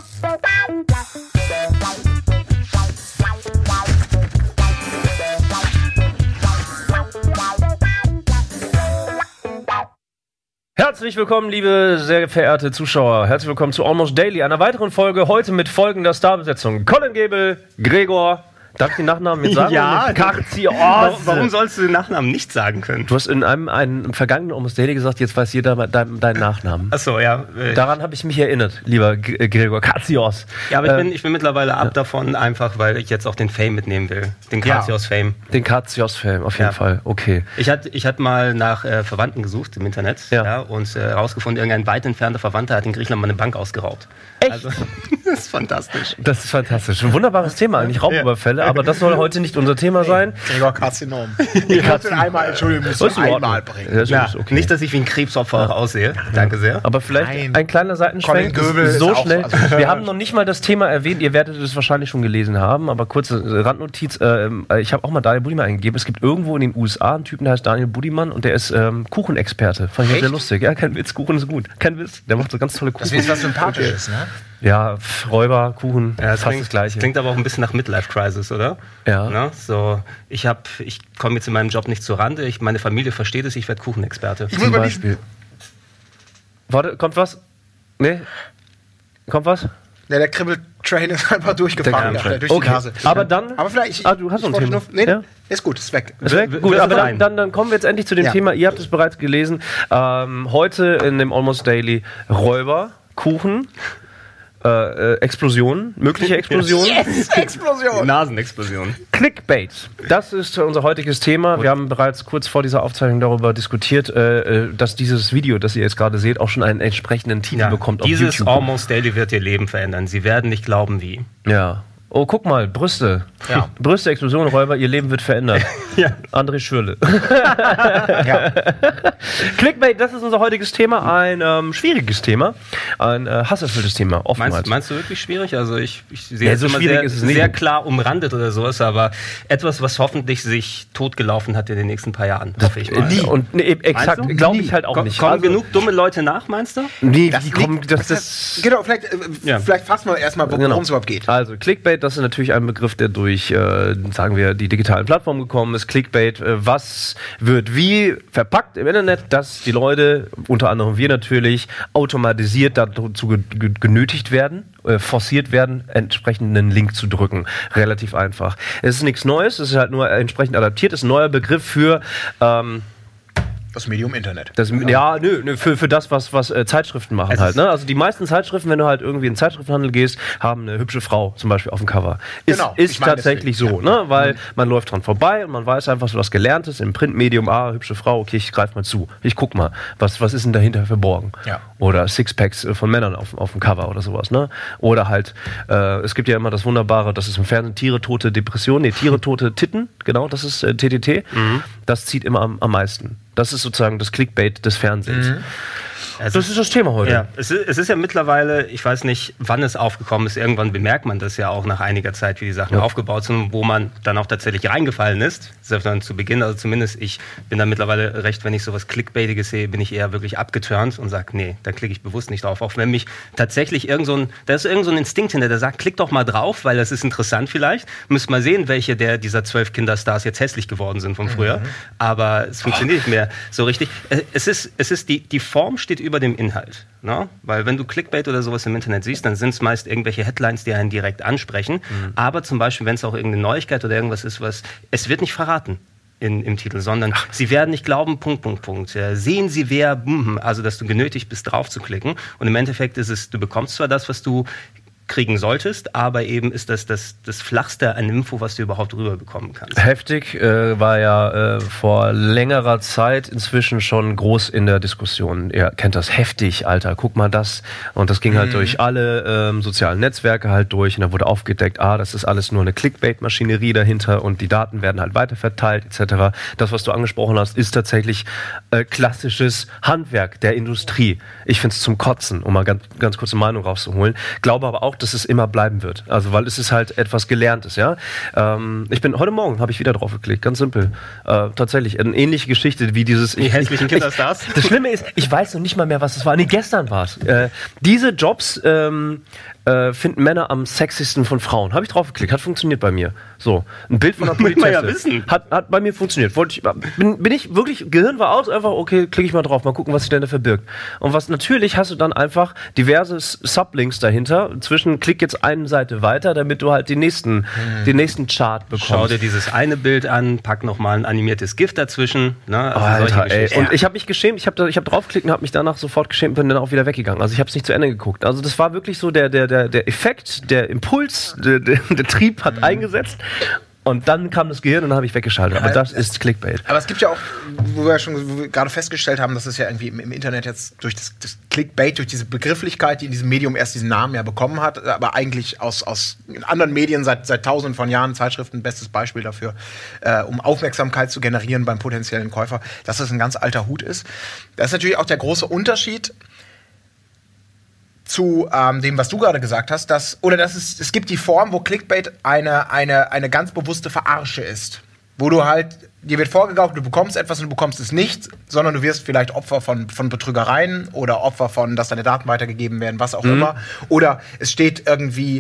Herzlich willkommen, liebe sehr verehrte Zuschauer. Herzlich willkommen zu Almost Daily, einer weiteren Folge. Heute mit folgender Starbesetzung: Colin Gable, Gregor. Darf ich den Nachnamen jetzt sagen? Ja. Karzios. Warum sollst du den Nachnamen nicht sagen können? Du hast in einem vergangenen Almost Daily gesagt, jetzt weiß jeder deinen Nachnamen. Achso, ja. Daran habe ich mich erinnert, lieber Gregor Karzios. Ja, aber ich bin mittlerweile ab davon, einfach weil ich jetzt auch den Fame mitnehmen will. Den Karzios-Fame. Den Karzios-Fame, auf jeden Fall. Okay. Ich hatte mal nach Verwandten gesucht im Internet und herausgefunden, irgendein weit entfernter Verwandter hat in Griechenland mal eine Bank ausgeraubt. Echt? Also, das ist fantastisch. Das ist fantastisch. Ein wunderbares Thema, eigentlich Raubüberfälle, aber das soll heute nicht unser Thema sein. Gregor Karzinom. Ich muss den einmal, Entschuldigung, musst du einmal bringen. Ja, okay. Nicht, dass ich wie ein Krebsopfer aussehe. Danke sehr. Aber vielleicht ein kleiner Seitenschwenk. So schnell. Wir haben noch nicht mal das Thema erwähnt. Ihr werdet es wahrscheinlich schon gelesen haben, aber kurze Randnotiz. Ich habe auch mal Daniel Budiman eingegeben. Es gibt irgendwo in den USA einen Typen, der heißt Daniel Budiman und der ist Kuchenexperte. Fand ich sehr lustig. Ja, kein Witz. Kuchen ist gut. Kein Witz. Der macht so ganz tolle Kuchen. Das ist was Sympathisches, ne? Ja, Räuber, Kuchen, fast das Gleiche. Klingt aber auch ein bisschen nach Midlife-Crisis, oder? Ja. Na, so, ich komme jetzt in meinem Job nicht zur Rande, meine Familie versteht es, ich werde Kuchenexperte. Zum Beispiel. Warte, kommt was? Nee? Kommt was? Ja, der Kribbel-Train ist einfach durchgefahren durch die Nase. Aber vielleicht... du hast noch ein Thema. Nee, ist gut, ist weg. Gut, aber dann kommen wir jetzt endlich zu dem Thema. Ihr habt es bereits gelesen. Heute in dem Almost Daily Räuber, Kuchen, Explosionen, mögliche Explosionen. Yes, Explosion! Nasenexplosion. Clickbait. Das ist unser heutiges Thema. Wir haben bereits kurz vor dieser Aufzeichnung darüber diskutiert, dass dieses Video, das ihr jetzt gerade seht, auch schon einen entsprechenden Titel bekommt auf dieses YouTube. Almost Daily wird ihr Leben verändern. Sie werden nicht glauben, wie. Ja. Oh, guck mal, Brüste. Ja. Brüste, Explosion, Räuber, ihr Leben wird verändert. Ja. André Schürrle. Ja. Clickbait, das ist unser heutiges Thema. Ein schwieriges Thema. Ein hasserfülltes Thema, oftmals. Meinst du wirklich schwierig? Also ich sehe es so immer schwierig ist es nicht. Sehr klar umrandet oder sowas, aber etwas, was hoffentlich sich totgelaufen hat in den nächsten paar Jahren, hoffe ich mal. Nie. Und exakt, glaube ich halt auch nicht. Kommen genug dumme Leute nach, meinst du? Nee, Genau, vielleicht fassen wir erstmal, worum es überhaupt geht. Also Clickbait, das ist natürlich ein Begriff, der durch, sagen wir, die digitalen Plattformen gekommen ist. Clickbait, was wird wie verpackt im Internet, dass die Leute, unter anderem wir natürlich, automatisiert dazu genötigt werden, forciert werden, entsprechend einen Link zu drücken. Relativ einfach. Es ist nichts Neues, es ist halt nur entsprechend adaptiert, es ist ein neuer Begriff für das Medium Internet. Für das, was Zeitschriften machen halt. Ne? Also die meisten Zeitschriften, wenn du halt irgendwie in den Zeitschriftenhandel gehst, haben eine hübsche Frau zum Beispiel auf dem Cover. Ist tatsächlich so, ne? Weil man läuft dran vorbei und man weiß einfach so was Gelerntes im Printmedium, hübsche Frau, okay, ich greife mal zu. Ich guck mal, was ist denn dahinter verborgen? Ja. Oder Sixpacks von Männern auf dem Cover oder sowas, ne? Oder halt, es gibt ja immer das Wunderbare, das ist im Fernsehen Tiere tote Titten, genau, das ist TTT. Das zieht immer am meisten. Das ist sozusagen das Clickbait des Fernsehens. Das ist das Thema heute. Ja, es ist ja mittlerweile, ich weiß nicht, wann es aufgekommen ist, irgendwann bemerkt man das ja auch nach einiger Zeit, wie die Sachen aufgebaut sind, wo man dann auch tatsächlich reingefallen ist. Selbst dann zu Beginn, also zumindest ich bin da mittlerweile recht, wenn ich sowas Clickbaitiges sehe, bin ich eher wirklich abgeturnt und sage, nee, da klicke ich bewusst nicht drauf. Auch wenn mich tatsächlich da ist irgend so ein Instinkt hinter, der sagt, klick doch mal drauf, weil das ist interessant vielleicht. Müsst mal sehen, welche dieser 12 Kinderstars jetzt hässlich geworden sind von früher. Aber es funktioniert nicht mehr so richtig. Die Form steht über dem Inhalt. Ne? Weil wenn du Clickbait oder sowas im Internet siehst, dann sind es meist irgendwelche Headlines, die einen direkt ansprechen. Aber zum Beispiel, wenn es auch irgendeine Neuigkeit oder irgendwas ist, es wird nicht verraten im Titel, sondern sie werden nicht glauben, ... Sehen sie wer, also dass du genötigt bist, drauf zu klicken. Und im Endeffekt ist es, du bekommst zwar das, was du kriegen solltest, aber eben ist das Flachste an Info, was du überhaupt rüberbekommen kannst. Heftig war ja vor längerer Zeit inzwischen schon groß in der Diskussion. Ihr kennt das, heftig, Alter, guck mal das. Und das ging halt durch alle sozialen Netzwerke halt durch und da wurde aufgedeckt, das ist alles nur eine Clickbait-Maschinerie dahinter und die Daten werden halt weiterverteilt etc. Das, was du angesprochen hast, ist tatsächlich klassisches Handwerk der Industrie. Ich finde es zum Kotzen, um mal ganz kurz eine Meinung rauszuholen. Glaube aber auch, dass es immer bleiben wird. Also, weil es ist halt etwas Gelerntes, ja. Heute Morgen habe ich wieder drauf geklickt, ganz simpel. Tatsächlich, eine ähnliche Geschichte wie dieses... Die hässlichen Kinderstars? Das Schlimme ist, ich weiß noch nicht mal mehr, was es war. Nee, gestern war es. Diese Jobs finden Männer am sexiesten von Frauen. Habe ich draufgeklickt, hat funktioniert bei mir. So, ein Bild von einer Politesse. Hat bei mir funktioniert. Bin ich wirklich, Gehirn war aus, einfach, okay, klicke ich mal drauf, mal gucken, was sich denn da verbirgt. Und was natürlich hast du dann einfach diverse Sublinks dahinter, klick jetzt eine Seite weiter, damit du halt den nächsten Chart bekommst. Schau dir dieses eine Bild an, pack nochmal ein animiertes GIF dazwischen. Ne? Also Alter, ey. Und ich habe mich geschämt, ich hab draufgeklickt und habe mich danach sofort geschämt und bin dann auch wieder weggegangen. Also ich habe es nicht zu Ende geguckt. Also das war wirklich so der Effekt, der Impuls, der Trieb hat eingesetzt. Und dann kam das Gehirn und dann habe ich weggeschaltet. Aber das ist Clickbait. Aber es gibt ja auch, wo wir schon gerade festgestellt haben, dass es ja irgendwie im Internet jetzt durch das Clickbait, durch diese Begrifflichkeit, die in diesem Medium erst diesen Namen ja bekommen hat, aber eigentlich aus anderen Medien seit tausenden von Jahren, Zeitschriften, bestes Beispiel dafür, um Aufmerksamkeit zu generieren beim potenziellen Käufer, dass das ein ganz alter Hut ist. Das ist natürlich auch der große Unterschied zu dem, was du gerade gesagt hast, es gibt die Form, wo Clickbait eine ganz bewusste Verarsche ist. Wo du halt, dir wird vorgegaukelt, du bekommst etwas und du bekommst es nicht, sondern du wirst vielleicht Opfer von Betrügereien oder Opfer von, dass deine Daten weitergegeben werden, was auch immer. Oder es steht irgendwie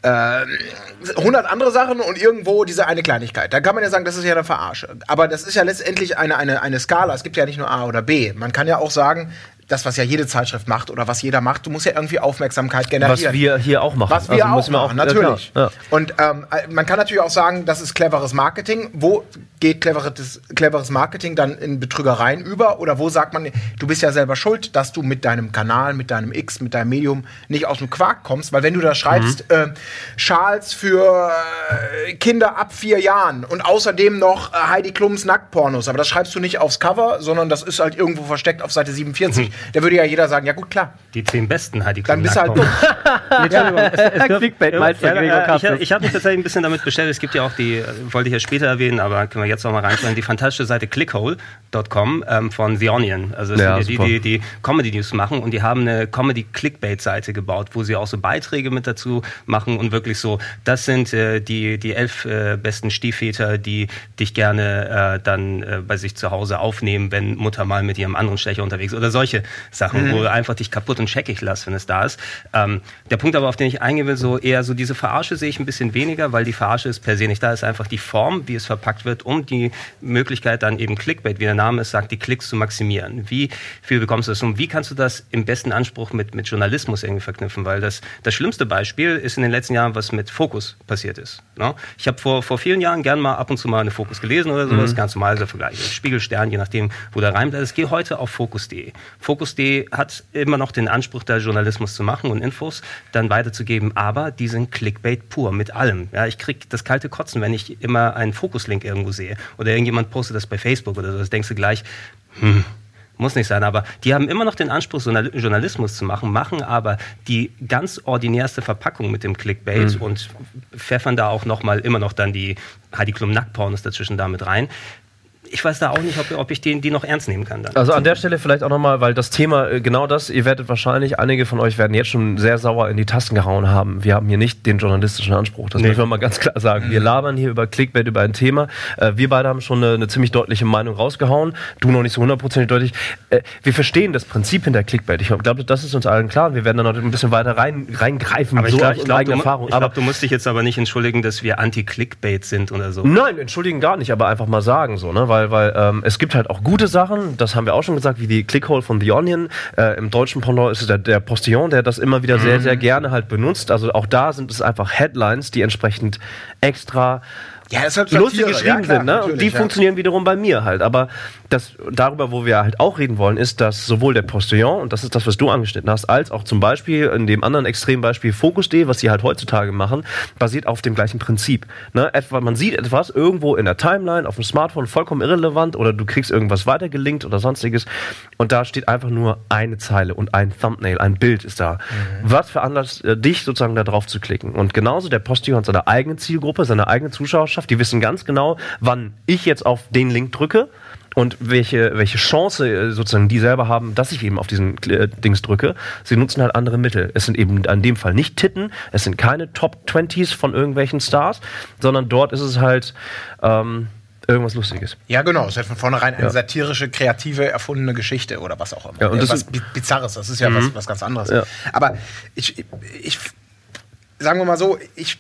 100 andere Sachen und irgendwo diese eine Kleinigkeit. Da kann man ja sagen, das ist ja eine Verarsche. Aber das ist ja letztendlich eine Skala. Es gibt ja nicht nur A oder B. Man kann ja auch sagen, das, was ja jede Zeitschrift macht oder was jeder macht, du musst ja irgendwie Aufmerksamkeit generieren. Was wir hier auch machen. Was wir auch machen, natürlich. Ja. Und man kann natürlich auch sagen, das ist cleveres Marketing. Wo geht cleveres Marketing dann in Betrügereien über? Oder wo sagt man, du bist ja selber schuld, dass du mit deinem Kanal, mit deinem X, mit deinem Medium nicht aus dem Quark kommst? Weil wenn du da schreibst, Schals für Kinder ab 4 Jahren und außerdem noch Heidi Klums Nacktpornos, aber das schreibst du nicht aufs Cover, sondern das ist halt irgendwo versteckt auf Seite 47. Da würde ja jeder sagen, ja gut, klar. Die 10 besten Heidi Klum. Dann bist du halt dumm. Clickbait-Meister. Ich habe mich tatsächlich ein bisschen damit beschäftigt. Es gibt ja auch wollte ich ja später erwähnen, aber können wir jetzt noch mal reinschreiben, die fantastische Seite clickhole.com von The Onion. Also das sind die Comedy-News machen und die haben eine Comedy-Clickbait-Seite gebaut, wo sie auch so Beiträge mit dazu machen und wirklich so, das sind die 11 besten Stiefväter, die dich gerne dann bei sich zu Hause aufnehmen, wenn Mutter mal mit ihrem anderen Stecher unterwegs ist oder solche Sachen, wo du einfach dich kaputt und scheckig lässt, wenn es da ist. Der Punkt aber, auf den ich eingehen will, so eher so diese Verarsche sehe ich ein bisschen weniger, weil die Verarsche ist per se nicht da, ist einfach die Form, wie es verpackt wird, um die Möglichkeit dann eben Clickbait, wie der Name es sagt, die Klicks zu maximieren. Wie viel bekommst du das und wie kannst du das im besten Anspruch mit Journalismus irgendwie verknüpfen, weil das schlimmste Beispiel ist in den letzten Jahren, was mit Focus passiert ist. Ne? Ich habe vor vielen Jahren gern mal ab und zu mal eine Focus gelesen oder sowas, ganz normal, der Vergleich, Spiegel, Stern, je nachdem, wo der Reim bleibt. Ich gehe heute auf Focus.de. Focus.de hat immer noch den Anspruch, da Journalismus zu machen und Infos dann weiterzugeben, aber die sind Clickbait pur, mit allem. Ja, ich kriege das kalte Kotzen, wenn ich immer einen Fokus-Link irgendwo sehe oder irgendjemand postet das bei Facebook oder so, das denkst du gleich, muss nicht sein, aber die haben immer noch den Anspruch, Journalismus zu machen aber die ganz ordinärste Verpackung mit dem Clickbait und pfeffern da auch immer noch dann die Heidi Klum Nacktpornos dazwischen damit rein. Ich weiß da auch nicht, ob ich die noch ernst nehmen kann. Dann. Also an der Stelle vielleicht auch nochmal, weil das Thema, genau das, ihr werdet wahrscheinlich, einige von euch werden jetzt schon sehr sauer in die Tasten gehauen haben. Wir haben hier nicht den journalistischen Anspruch, das müssen wir mal ganz klar sagen. Wir labern hier über Clickbait, über ein Thema. Wir beide haben schon eine ziemlich deutliche Meinung rausgehauen. Du noch nicht so 100% deutlich. Wir verstehen das Prinzip hinter Clickbait. Ich glaube, das ist uns allen klar. Wir werden da noch ein bisschen weiter reingreifen. Aber ich glaube, du musst dich jetzt aber nicht entschuldigen, dass wir anti-Clickbait sind oder so. Nein, entschuldigen gar nicht, aber einfach mal sagen so, ne? Weil es gibt halt auch gute Sachen, das haben wir auch schon gesagt, wie die Clickhole von The Onion. Im deutschen Pendant ist es der Postillon, der das immer wieder sehr, sehr gerne halt benutzt. Also auch da sind es einfach Headlines, die entsprechend extra lustig geschrieben sind, ne? Und die funktionieren wiederum bei mir halt. Aber darüber, wo wir halt auch reden wollen, ist, dass sowohl der Postillon, und das ist das, was du angeschnitten hast, als auch zum Beispiel in dem anderen Extrembeispiel Focus.de, was sie halt heutzutage machen, basiert auf dem gleichen Prinzip. Ne? Man sieht etwas irgendwo in der Timeline, auf dem Smartphone, vollkommen irrelevant, oder du kriegst irgendwas weitergelinkt oder sonstiges, und da steht einfach nur eine Zeile und ein Thumbnail, ein Bild ist da. Was veranlasst dich sozusagen da drauf zu klicken? Und genauso der Postillon hat seine eigene Zielgruppe, seine eigene Zuschauerschaft, die wissen ganz genau, wann ich jetzt auf den Link drücke und welche Chance sozusagen die selber haben, dass ich eben auf diesen Dings drücke. Sie nutzen halt andere Mittel. Es sind eben in dem Fall nicht Titten, es sind keine Top-20s von irgendwelchen Stars, sondern dort ist es halt irgendwas Lustiges. Ja, genau. Es ist halt von vornherein eine satirische, kreative, erfundene Geschichte oder was auch immer. Ja, und was Bizarres, das ist ja was ganz anderes. Ja. Aber ich sagen wir mal so, ich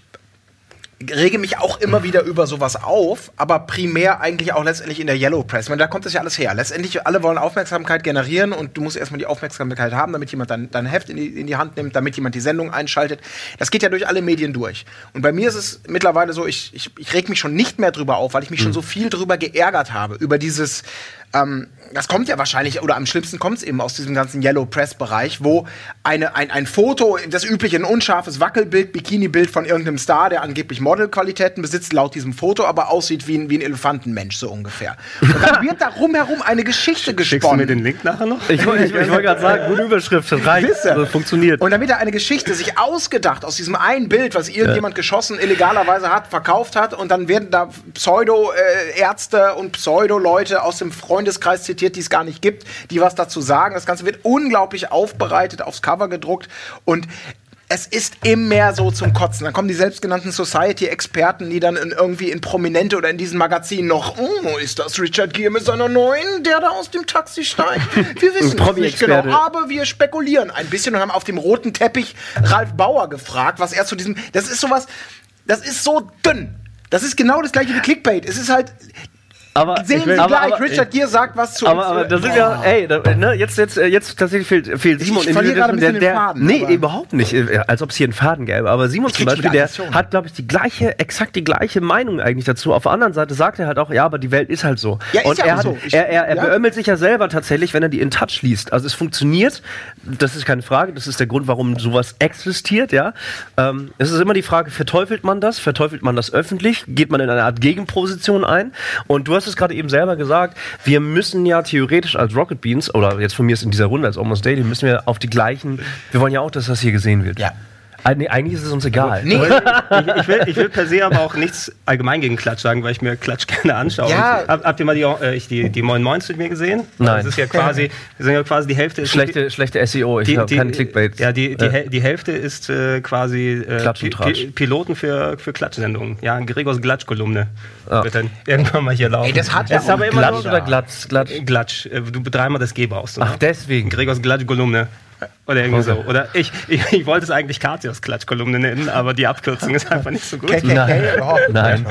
rege mich auch immer wieder über sowas auf, aber primär eigentlich auch letztendlich in der Yellow Press. Ich meine, da kommt das ja alles her. Letztendlich, alle wollen Aufmerksamkeit generieren und du musst erstmal die Aufmerksamkeit haben, damit jemand dein Heft in die Hand nimmt, damit jemand die Sendung einschaltet. Das geht ja durch alle Medien durch. Und bei mir ist es mittlerweile so, ich reg mich schon nicht mehr drüber auf, weil ich mich schon so viel drüber geärgert habe, über dieses das kommt ja wahrscheinlich, oder am schlimmsten kommt es eben aus diesem ganzen Yellow Press-Bereich, wo ein Foto, das übliche, ein unscharfes Wackelbild, Bikini-Bild von irgendeinem Star, der angeblich Modelqualitäten besitzt, laut diesem Foto, aber aussieht wie ein Elefantenmensch, so ungefähr. Und dann wird da rumherum eine Geschichte gesponnen. Schickst du mir den Link nachher noch? Ich wollte gerade sagen, gute Überschrift, das reicht, das funktioniert. Und dann wird da eine Geschichte sich ausgedacht aus diesem einen Bild, was irgendjemand geschossen, illegalerweise verkauft hat, und dann werden da Pseudo-Ärzte und Pseudo-Leute aus dem Freundeskreis zitiert, die es gar nicht gibt, die was dazu sagen. Das Ganze wird unglaublich aufbereitet, aufs Cover gedruckt, und es ist immer so zum Kotzen. Dann kommen die selbstgenannten Society-Experten, die dann irgendwie in Prominente oder in diesen Magazinen noch, ist das Richard Gere mit seiner neuen, der da aus dem Taxi steigt? Wir wissen es nicht genau, aber wir spekulieren ein bisschen und haben auf dem roten Teppich Ralf Bauer gefragt, was er zu diesem, das ist sowas, das ist so dünn. Das ist genau das gleiche wie Clickbait. Es ist halt, sehen Sie gleich, Richard Gere sagt was zu uns. Aber da sind ja, jetzt tatsächlich fehlt Simon. Ich verliere gerade ein bisschen den Faden. Nee, überhaupt nicht, als ob es hier einen Faden gäbe. Aber Simon zum Beispiel, der hat, glaube ich, exakt die gleiche Meinung eigentlich dazu. Auf der anderen Seite sagt er halt auch, ja, aber die Welt ist halt so. Ja, und er beömmelt sich ja selber tatsächlich, wenn er die In Touch liest. Also es funktioniert, das ist keine Frage, das ist der Grund, warum sowas existiert, ja. Es ist immer die Frage, verteufelt man das öffentlich? Geht man in eine Art Gegenposition ein? Und du hast es gerade eben selber gesagt, wir müssen ja theoretisch als Rocket Beans, oder jetzt von mir ist in dieser Runde als Almost Daily, müssen wir auf die gleichen, wir wollen ja auch, dass das hier gesehen wird. Ja. Eigentlich ist es uns egal. Nee. Ich will per se aber auch nichts allgemein gegen Klatsch sagen, weil ich mir Klatsch gerne anschaue. Ja. Habt ihr mal die Moin Moins mit mir gesehen? Nein. Das ist ja quasi, wir sind ja quasi die Hälfte. Schlechte SEO, ich habe keinen Clickbait. Ja, die Hälfte ist quasi Piloten für Klatschsendungen. Ja, Gregors Glatsch-Kolumne. Wird dann irgendwann mal hier laufen. Ey, das hat ja aber immer Glatsch oder Glatsch? Glatsch. Du dreimal das G brauchst. Ach, deswegen. Gregors Glatsch-Kolumne. Oder irgendwie so. Oder ich wollte es eigentlich Katias Klatschkolumne nennen, aber die Abkürzung ist einfach nicht so gut. Nein.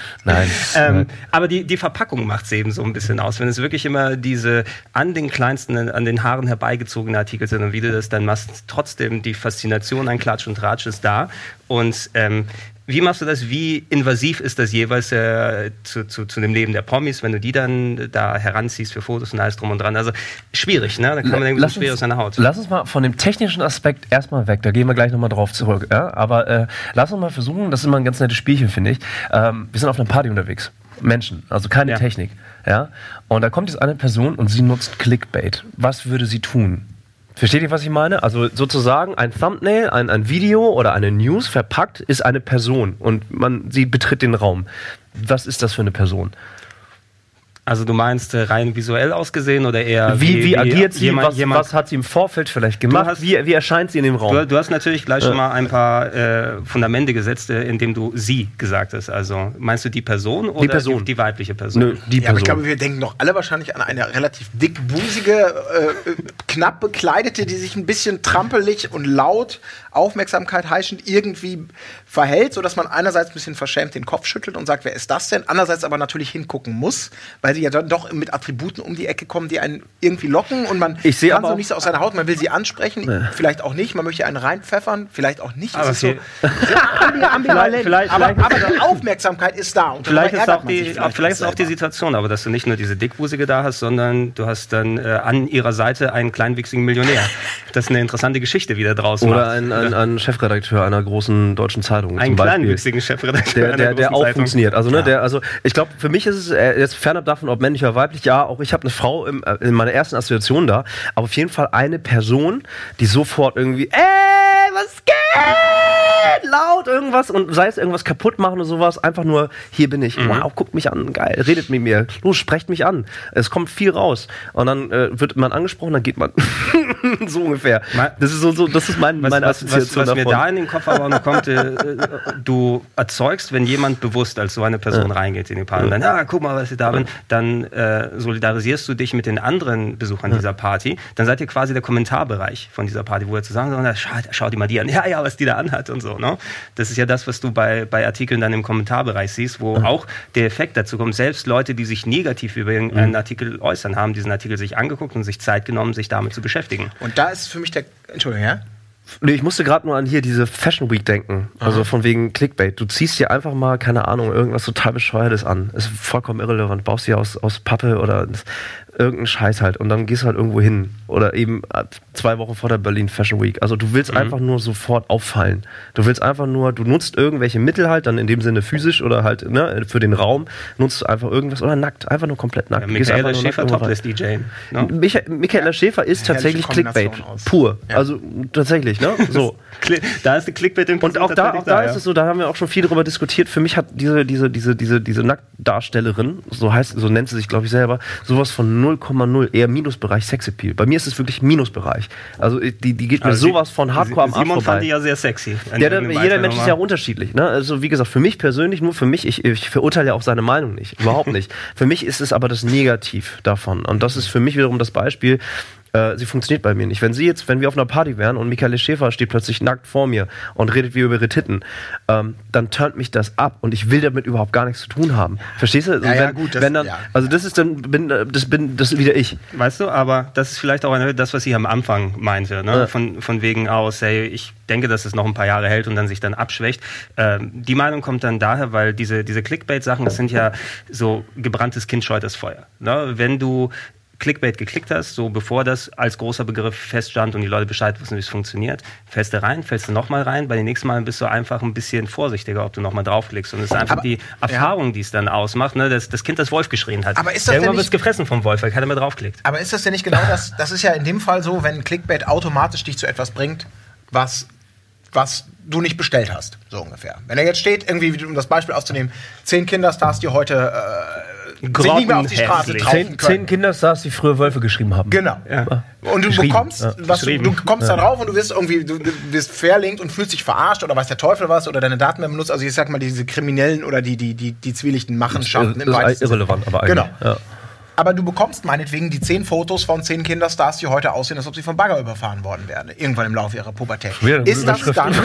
Aber die Verpackung macht es eben so ein bisschen aus. Wenn es wirklich immer diese an den kleinsten, an den Haaren herbeigezogene Artikel sind und wie du das dann machst, trotzdem die Faszination an Klatsch und Tratsch ist da. Und wie machst du das? Wie invasiv ist das jeweils zu dem Leben der Promis, wenn du die dann da heranziehst für Fotos und alles drum und dran? Also schwierig, ne? Da kann man irgendwie schwer aus seiner Haut. Lass uns mal von dem technischen Aspekt erstmal weg, da gehen wir gleich nochmal drauf zurück. Ja? Aber lass uns mal versuchen, das ist immer ein ganz nettes Spielchen, finde ich. Wir sind auf einer Party unterwegs. Menschen, also keine Technik. Ja? Und da kommt jetzt eine Person und sie nutzt Clickbait. Was würde sie tun? Versteht ihr, was ich meine? Also sozusagen ein Thumbnail, ein Video oder eine News verpackt ist eine Person und sie betritt den Raum. Was ist das für eine Person? Also du meinst rein visuell ausgesehen oder eher wie agiert sie? Was hat sie im Vorfeld vielleicht gemacht? Wie erscheint sie in dem Raum? Du hast natürlich gleich schon mal ein paar Fundamente gesetzt, indem du sie gesagt hast. Also meinst du die Person oder die weibliche Person? Nö, die Person. Aber ich glaube, wir denken doch alle wahrscheinlich an eine relativ dickbusige, knapp bekleidete, die sich ein bisschen trampelig und laut, Aufmerksamkeit heischend irgendwie verhält, sodass man einerseits ein bisschen verschämt den Kopf schüttelt und sagt, wer ist das denn? Andererseits aber natürlich hingucken muss, weil sie ja dann doch mit Attributen um die Ecke kommen, die einen irgendwie locken und man kann so nicht so aus seiner Haut, man will sie ansprechen, vielleicht auch nicht, man möchte einen reinpfeffern, vielleicht auch nicht. Aber es ist so ambivalent. Aber die Aufmerksamkeit ist da. Und vielleicht ist auch die Situation, aber dass du nicht nur diese Dickbusige da hast, sondern du hast dann an ihrer Seite einen kleinwüchsigen Millionär. Das ist eine interessante Geschichte, wie der draußen oder ein Chefredakteur einer großen deutschen Zeitung. Einen kleinwüchsigen Chefredakteur der auch funktioniert. Also, ich glaube, für mich ist es jetzt fernab davon, ob männlich oder weiblich, ja, auch ich habe eine Frau in meiner ersten Assoziation da, aber auf jeden Fall eine Person, die sofort irgendwie, was geht? Laut irgendwas und sei es irgendwas kaputt machen oder sowas, einfach nur, hier bin ich, wow, guckt mich an, geil, redet mit mir, los, sprecht mich an. Es kommt viel raus. Und dann wird man angesprochen, dann geht man. So ungefähr. Das ist das ist meine Assoziation was mir da in den Kopf aber noch kommt, du erzeugst, wenn jemand bewusst als so eine Person reingeht in die Party und dann, guck mal, was ich da bin, dann solidarisierst du dich mit den anderen Besuchern dieser Party, dann seid ihr quasi der Kommentarbereich von dieser Party, wo ihr zusammen sagt, schau dir mal die an, ja, was die da anhat und so. Ne? Das ist ja das, was du bei Artikeln dann im Kommentarbereich siehst, wo auch der Effekt dazu kommt. Selbst Leute, die sich negativ über einen Artikel äußern, haben diesen Artikel sich angeguckt und sich Zeit genommen, sich damit zu beschäftigen. Und da ist für mich Entschuldigung, ja? Nee, ich musste gerade nur an hier diese Fashion Week denken. Also von wegen Clickbait. Du ziehst dir einfach mal, keine Ahnung, irgendwas total Bescheuertes an. Ist vollkommen irrelevant. Baust dir aus Pappe oder irgendeinen Scheiß halt. Und dann gehst du halt irgendwo hin. Oder eben 2 Wochen vor der Berlin Fashion Week. Also du willst einfach nur sofort auffallen. Du willst einfach nur, du nutzt irgendwelche Mittel halt, dann in dem Sinne physisch oder halt für den Raum, nutzt du einfach irgendwas oder nackt. Einfach nur komplett nackt. Ja, Michaela Schäfer Topless-DJ. No? Michaela Schäfer ist tatsächlich Clickbait. Pur. Ja. Also tatsächlich. Ne? So. Da ist die Clickbait im Und auch da ist es so, da haben wir auch schon viel darüber diskutiert. Für mich hat diese Nacktdarstellerin, so nennt sie sich, glaube ich, selber, sowas von 0,0, eher Minusbereich Sexappeal. Bei mir ist es wirklich Minusbereich. Also die geht mir sowas von Hardcore am Arsch vorbei. Simon fand die ja sehr sexy. Jeder Mensch ist ja unterschiedlich. Ne? Also wie gesagt, für mich persönlich, nur für mich, ich verurteile ja auch seine Meinung nicht. Überhaupt nicht. Für mich ist es aber das Negativ davon. Und das ist für mich wiederum das Beispiel, sie funktioniert bei mir nicht. Wenn wir auf einer Party wären und Michaela Schäfer steht plötzlich nackt vor mir und redet wie über ihre Titten, dann turnt mich das ab und ich will damit überhaupt gar nichts zu tun haben. Verstehst du? Also das ist das wieder ich. Weißt du, aber das ist vielleicht auch das, was ich am Anfang meinte, ne? Ja. Von wegen aus, hey, ich denke, dass es noch ein paar Jahre hält und dann sich dann abschwächt. Die Meinung kommt dann daher, weil diese Clickbait-Sachen, das sind ja so gebranntes Kind scheut das Feuer. Ne? Wenn du Clickbait geklickt hast, so bevor das als großer Begriff feststand und die Leute Bescheid wussten, wie es funktioniert, fällst du nochmal rein, bei den nächsten Mal bist du einfach ein bisschen vorsichtiger, ob du nochmal draufklickst. Und es ist einfach die Erfahrung, die es dann ausmacht, ne? Das Kind, das Wolf geschrien hat. Aber ist das irgendwann wird es gefressen vom Wolf, weil keiner mehr draufklickt. Aber ist das denn nicht genau das ist ja in dem Fall so, wenn Clickbait automatisch dich zu etwas bringt, was du nicht bestellt hast, so ungefähr. Wenn er jetzt steht, irgendwie, um das Beispiel auszunehmen, 10 Kinderstars, die heute sich nicht mehr auf die Straße trauen können. 10 Kinderstars, die früher Wölfe geschrieben haben. Genau. Ja. Und du kommst da drauf und du wirst irgendwie, du wirst verlinkt und fühlst dich verarscht oder weiß der Teufel was oder deine Daten werden benutzt. Also ich sag mal, diese Kriminellen oder die zwielichten Machenschaften. Das ist irrelevant, aber eigentlich. Genau. Ja. Aber du bekommst meinetwegen die 10 Fotos von 10 Kinderstars, die heute aussehen, als ob sie vom Bagger überfahren worden wären. Irgendwann im Laufe ihrer Pubertät. Ist das dann...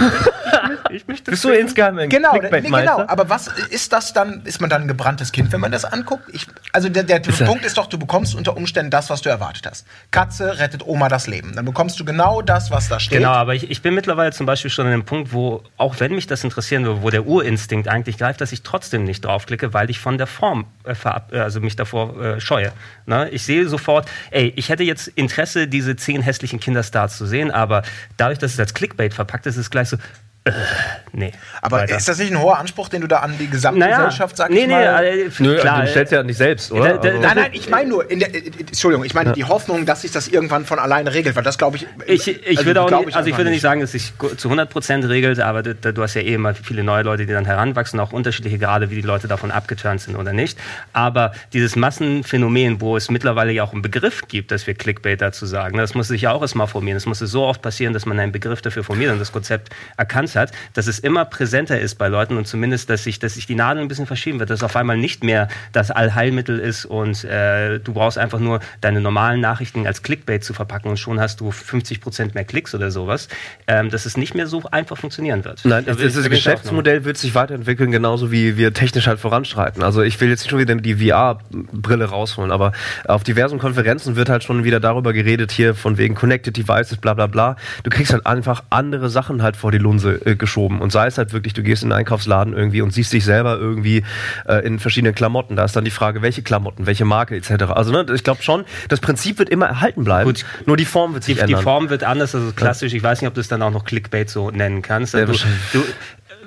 Bist du insgeheim ein Clickbait-Meister? Genau, aber was ist das dann? Ist man dann ein gebranntes Kind, wenn man das anguckt? Der Punkt ist doch, du bekommst unter Umständen das, was du erwartet hast. Katze rettet Oma das Leben. Dann bekommst du genau das, was da steht. Genau, aber ich bin mittlerweile zum Beispiel schon an dem Punkt, wo, auch wenn mich das interessieren würde, wo der Urinstinkt eigentlich greift, dass ich trotzdem nicht draufklicke, weil ich von der Form mich davor scheue. Ne? Ich sehe sofort, ich hätte jetzt Interesse, diese 10 hässlichen Kinderstars zu sehen, aber dadurch, dass es als Clickbait verpackt ist, ist es gleich so, nee. Aber ist das nicht ein hoher Anspruch, den du da an die Gesamtgesellschaft sagst? Klar. Du stellst ja nicht selbst, oder? Nein, ich meine nur, Entschuldigung, ich meine die Hoffnung, dass sich das irgendwann von alleine regelt, weil das glaube ich... Ich würde nicht sagen, dass sich zu 100% regelt, aber du hast ja immer viele neue Leute, die dann heranwachsen, auch unterschiedliche Grade, wie die Leute davon abgeturnt sind oder nicht. Aber dieses Massenphänomen, wo es mittlerweile ja auch einen Begriff gibt, dass wir Clickbait dazu sagen, das muss sich ja auch erstmal formieren. Es musste so oft passieren, dass man einen Begriff dafür formiert und das Konzept erkannt hat, dass es immer präsenter ist bei Leuten und zumindest, dass sich die Nadel ein bisschen verschieben wird, dass es auf einmal nicht mehr das Allheilmittel ist und du brauchst einfach nur deine normalen Nachrichten als Clickbait zu verpacken und schon hast du 50% mehr Klicks oder sowas, dass es nicht mehr so einfach funktionieren wird. Nein, das Geschäftsmodell wird sich weiterentwickeln, genauso wie wir technisch halt voranschreiten. Also ich will jetzt nicht schon wieder die VR-Brille rausholen, aber auf diversen Konferenzen wird halt schon wieder darüber geredet, hier von wegen Connected Devices, bla bla bla. Du kriegst halt einfach andere Sachen halt vor die Lunse geschoben und sei es halt wirklich, du gehst in einen Einkaufsladen irgendwie und siehst dich selber irgendwie in verschiedenen Klamotten. Da ist dann die Frage, welche Klamotten, welche Marke etc. Also ich glaube schon, das Prinzip wird immer erhalten bleiben, gut, nur die Form wird sich ändern. Die Form wird anders, also klassisch, ich weiß nicht, ob du es dann auch noch Clickbait so nennen kannst. Also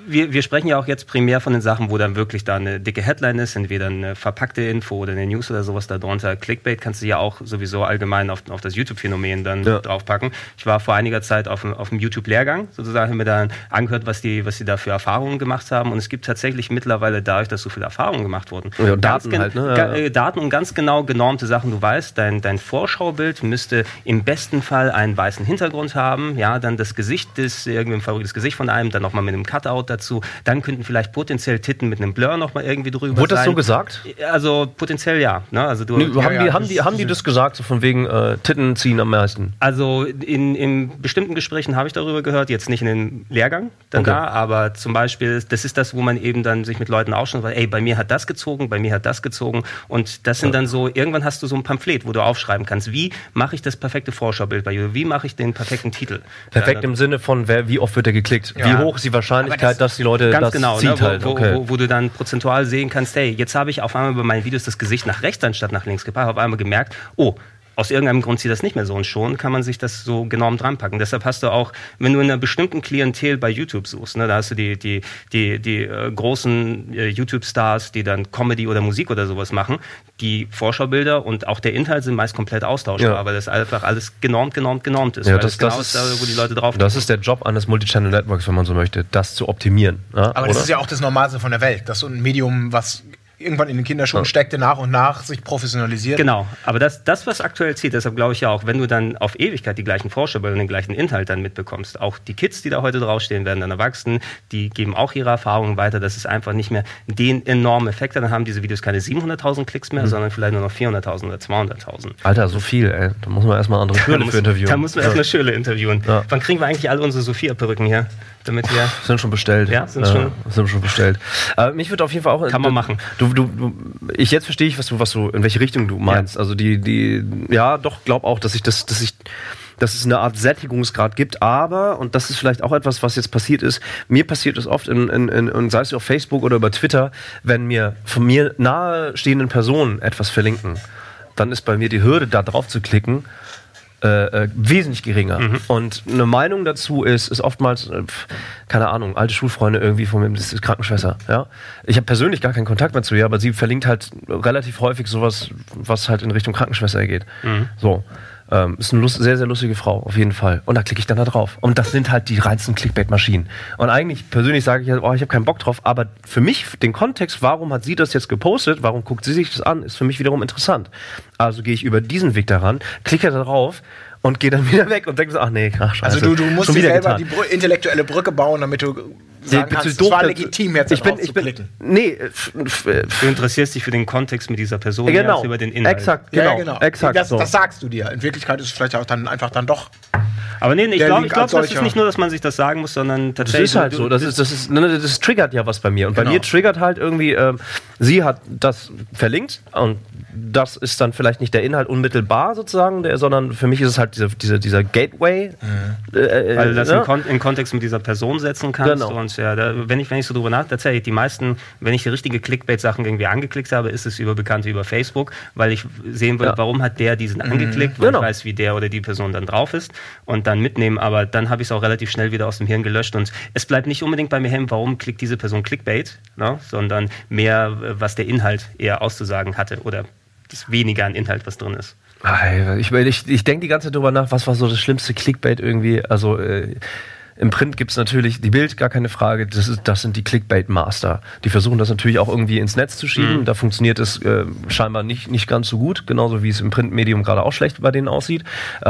wir sprechen ja auch jetzt primär von den Sachen, wo dann wirklich da eine dicke Headline ist, entweder eine verpackte Info oder eine News oder sowas darunter. Clickbait kannst du ja auch sowieso allgemein auf das YouTube-Phänomen dann draufpacken. Ich war vor einiger Zeit auf einem YouTube-Lehrgang, sozusagen, habe mir dann angehört, was die da für Erfahrungen gemacht haben. Und es gibt tatsächlich mittlerweile, dadurch, dass so viele Erfahrungen gemacht wurden, Daten halt, ne? Daten und ganz genau genormte Sachen. Du weißt, dein Vorschaubild müsste im besten Fall einen weißen Hintergrund haben, ja, dann das Gesicht, irgendwie ein favorites Gesicht von einem, dann nochmal mit einem Cutout dazu, dann könnten vielleicht potenziell Titten mit einem Blur nochmal irgendwie drüber Wurde das so gesagt? Also potenziell ja. Ne? Also haben die das gesagt, so von wegen Titten ziehen am meisten? Also in bestimmten Gesprächen habe ich darüber gehört, jetzt nicht in den Lehrgang dann da, aber zum Beispiel, das ist das, wo man eben dann sich mit Leuten ausschaut, weil, ey, bei mir hat das gezogen, bei mir hat das gezogen und das sind dann so, irgendwann hast du so ein Pamphlet, wo du aufschreiben kannst, wie mache ich das perfekte Vorschaubild bei YouTube, wie mache ich den perfekten Titel. Perfekt im Sinne von, wie oft wird er geklickt, wie hoch ist die Wahrscheinlichkeit, dass die Leute ganz das genau, zieht ne, halt. Wo du dann prozentual sehen kannst, hey, jetzt habe ich auf einmal bei meinen Videos das Gesicht nach rechts anstatt nach links gepackt, habe auf einmal gemerkt, oh, aus irgendeinem Grund zieht das nicht mehr so und schon kann man sich das so genormt dranpacken. Deshalb hast du auch, wenn du in einer bestimmten Klientel bei YouTube suchst, ne, da hast du die großen YouTube-Stars, die dann Comedy oder Musik oder sowas machen, die Vorschaubilder und auch der Inhalt sind meist komplett austauschbar, aber das einfach alles genormt ist. Ja, weil das ist da, wo die Leute drauf Das ist der Job eines Multichannel-Networks, wenn man so möchte, das zu optimieren. Ja, aber das ist ja auch das Normalste von der Welt, dass so ein Medium, was irgendwann in den Kinderschuhen steckte, nach und nach sich professionalisiert. Genau, aber das was aktuell zieht, deshalb glaube ich ja auch, wenn du dann auf Ewigkeit die gleichen Vorschaubilder und den gleichen Inhalt dann mitbekommst, auch die Kids, die da heute draufstehen, werden dann erwachsen, die geben auch ihre Erfahrungen weiter, das ist einfach nicht mehr den enormen Effekt, dann haben diese Videos keine 700.000 Klicks mehr, sondern vielleicht nur noch 400.000 oder 200.000. Alter, so viel, ey. Da muss man erstmal andere Schöle für interviewen. Da muss man erstmal Schöle interviewen. Ja. Wann kriegen wir eigentlich alle unsere Sophia-Perücken hier? Damit wir sind schon bestellt. Ja, sind schon bestellt. Mich würde auf jeden Fall auch... Kann man machen. Jetzt verstehe ich, was du, in welche Richtung du meinst. Ja. Also glaub auch, dass es eine Art Sättigungsgrad gibt, aber, und das ist vielleicht auch etwas, was jetzt passiert ist, mir passiert es oft, und sei es auf Facebook oder über Twitter, wenn mir von mir nahestehenden Personen etwas verlinken, dann ist bei mir die Hürde, da drauf zu klicken, wesentlich geringer. Und eine Meinung dazu ist oftmals, keine Ahnung, alte Schulfreunde irgendwie von mir, das ist Krankenschwester. Ja? Ich habe persönlich gar keinen Kontakt mehr zu ihr, aber sie verlinkt halt relativ häufig sowas, was halt in Richtung Krankenschwester geht. So. Ist eine sehr, sehr lustige Frau, auf jeden Fall. Und da klicke ich dann da drauf. Und das sind halt die reinsten Clickbait-Maschinen. Und eigentlich, persönlich sage ich halt, ich habe keinen Bock drauf, aber für mich, den Kontext, warum hat sie das jetzt gepostet, warum guckt sie sich das an, ist für mich wiederum interessant. Also gehe ich über diesen Weg daran, klicke da drauf und gehe dann wieder weg und denke so, scheiße. Also du musst dir selber die intellektuelle Brücke bauen, damit du sagen kannst, es war legitim, jetzt drauf zu klicken. Nee. Du interessierst dich für den Kontext mit dieser Person, genau, über den Inhalt. Exakt, genau. Exakt, das sagst du dir. In Wirklichkeit ist es vielleicht auch dann einfach dann doch. Aber nee, ich glaube, das ist nicht nur, dass man sich das sagen muss, sondern tatsächlich... Das ist halt so, das triggert ja was bei mir. Und bei mir triggert halt irgendwie, sie hat das verlinkt und das ist dann vielleicht nicht der Inhalt unmittelbar sozusagen, sondern für mich ist es halt dieser Gateway. Weil du das in Kontext mit dieser Person setzen kannst. Genau. Und wenn ich so drüber nachdenke, tatsächlich die meisten, wenn ich die richtige Clickbait-Sachen irgendwie angeklickt habe, ist es über Bekannte über Facebook, weil ich sehen will, warum hat der diesen angeklickt, weil ich weiß, wie der oder die Person dann drauf ist und dann mitnehmen, aber dann habe ich es auch relativ schnell wieder aus dem Hirn gelöscht und es bleibt nicht unbedingt bei mir hängen, warum klickt diese Person Clickbait, ne? Sondern mehr, was der Inhalt eher auszusagen hatte oder das weniger an Inhalt, was drin ist. Ich denke die ganze Zeit drüber nach, was war so das schlimmste Clickbait irgendwie, also im Print gibt es natürlich die Bild, gar keine Frage, das sind die Clickbait-Master. Die versuchen das natürlich auch irgendwie ins Netz zu schieben, da funktioniert es scheinbar nicht ganz so gut, genauso wie es im Printmedium gerade auch schlecht bei denen aussieht.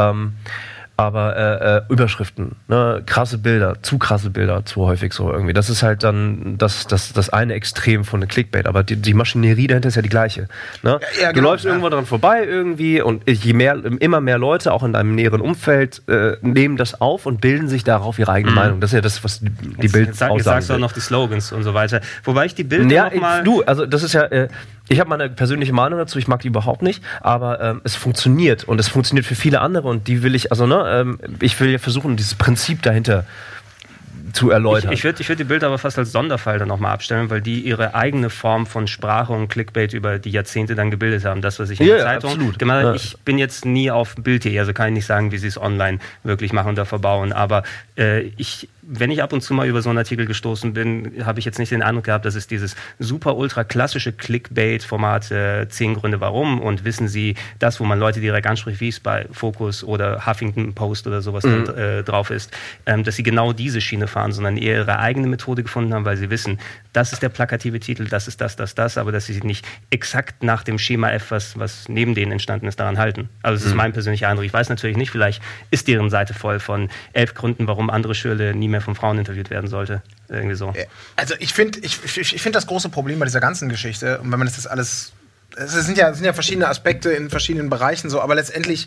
Aber Überschriften, ne? Krasse Bilder, zu häufig so irgendwie. Das ist halt dann das eine Extrem von der Clickbait. Aber die Maschinerie dahinter ist ja die gleiche. Ne? Ja, du läufst irgendwo dran vorbei irgendwie und immer mehr Leute, auch in deinem näheren Umfeld, nehmen das auf und bilden sich darauf ihre eigene Meinung. Das ist ja das, was die Bild aussagen. Jetzt sagst du auch noch die Slogans und so weiter. Wobei ich die Bilder nochmal... Also das ist ja... Ich habe meine persönliche Meinung dazu, ich mag die überhaupt nicht, aber es funktioniert und es funktioniert für viele andere und die will ich, ich will ja versuchen, dieses Prinzip dahinter zu erläutern. Ich würd die Bilder aber fast als Sonderfall dann nochmal abstellen, weil die ihre eigene Form von Sprache und Clickbait über die Jahrzehnte dann gebildet haben. Das, was ich in der Zeitung gemacht habe. Ich bin jetzt nie auf Bild.de, also kann ich nicht sagen, wie sie es online wirklich machen oder verbauen, aber ich wenn ich ab und zu mal über so einen Artikel gestoßen bin, habe ich jetzt nicht den Eindruck gehabt, dass es dieses super ultra klassische Clickbait-Format 10 Gründe warum und wissen Sie das, wo man Leute direkt anspricht, wie es bei Focus oder Huffington Post oder sowas drauf ist, dass sie genau diese Schiene fahren, sondern eher ihre eigene Methode gefunden haben, weil sie wissen, das ist der plakative Titel, das ist das, aber dass sie sich nicht exakt nach dem Schema F, was neben denen entstanden ist, daran halten. Also das ist mein persönlicher Eindruck. Ich weiß natürlich nicht, vielleicht ist deren Seite voll von 11 Gründen, warum andere Schüler nie mehr von Frauen interviewt werden sollte. Irgendwie so. Also ich finde das große Problem bei dieser ganzen Geschichte, und wenn man das jetzt alles, es sind ja verschiedene Aspekte in verschiedenen Bereichen so, aber letztendlich,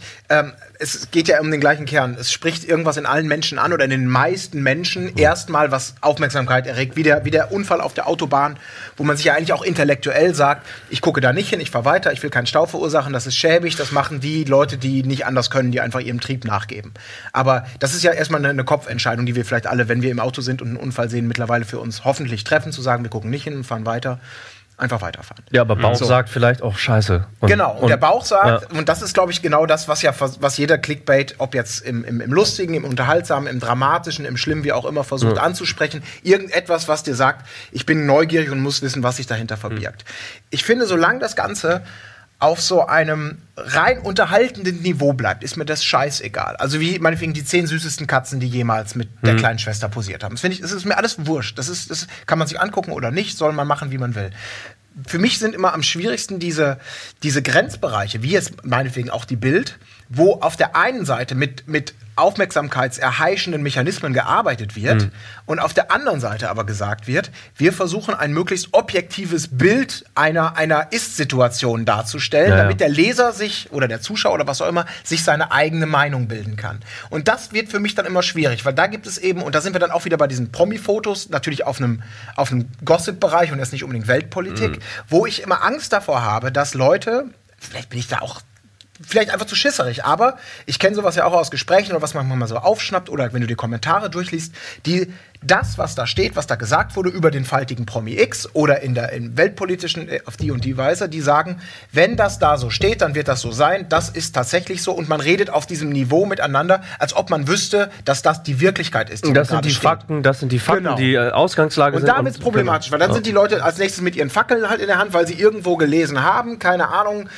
es geht ja um den gleichen Kern. Es spricht irgendwas in allen Menschen an oder in den meisten Menschen erstmal, was Aufmerksamkeit erregt, wie der Unfall auf der Autobahn, wo man sich ja eigentlich auch intellektuell sagt, ich gucke da nicht hin, ich fahre weiter, ich will keinen Stau verursachen, das ist schäbig, das machen die Leute, die nicht anders können, die einfach ihrem Trieb nachgeben. Aber das ist ja erstmal eine Kopfentscheidung, die wir vielleicht alle, wenn wir im Auto sind und einen Unfall sehen, mittlerweile für uns hoffentlich treffen, zu sagen, wir gucken nicht hin und fahren weiter. Einfach weiterfahren. Ja, aber Bauch sagt vielleicht auch Scheiße. Und der Bauch sagt, und das ist, glaube ich, genau das, was jeder Clickbait, ob jetzt im Lustigen, im Unterhaltsamen, im Dramatischen, im Schlimmen, wie auch immer, versucht anzusprechen. Irgendetwas, was dir sagt, ich bin neugierig und muss wissen, was sich dahinter verbirgt. Ich finde, solange das Ganze auf so einem rein unterhaltenden Niveau bleibt, ist mir das scheißegal. Also wie meinetwegen die 10 süßesten Katzen, die jemals mit der kleinen Schwester posiert haben. Das ist mir alles wurscht. Das kann man sich angucken oder nicht, soll man machen, wie man will. Für mich sind immer am schwierigsten diese Grenzbereiche, wie jetzt meinetwegen auch die Bild, wo auf der einen Seite mit aufmerksamkeitserheischenden Mechanismen gearbeitet wird und auf der anderen Seite aber gesagt wird, wir versuchen ein möglichst objektives Bild einer Ist-Situation darzustellen, damit der Leser sich oder der Zuschauer oder was auch immer sich seine eigene Meinung bilden kann. Und das wird für mich dann immer schwierig, weil da gibt es eben, und da sind wir dann auch wieder bei diesen Promi-Fotos, natürlich auf einem Gossip-Bereich und jetzt nicht unbedingt Weltpolitik, wo ich immer Angst davor habe, dass Leute, vielleicht bin ich da auch vielleicht einfach zu schisserig, aber ich kenne sowas ja auch aus Gesprächen oder was man manchmal so aufschnappt oder wenn du die Kommentare durchliest, das, was da steht, was da gesagt wurde über den faltigen Promi X oder im weltpolitischen auf die und die Weise, die sagen, wenn das da so steht, dann wird das so sein, das ist tatsächlich so und man redet auf diesem Niveau miteinander, als ob man wüsste, dass das die Wirklichkeit ist. Das sind die Fakten, genau. Die Ausgangslage sind. Und damit ist es problematisch, weil dann sind die Leute als nächstes mit ihren Fackeln halt in der Hand, weil sie irgendwo gelesen haben, keine Ahnung.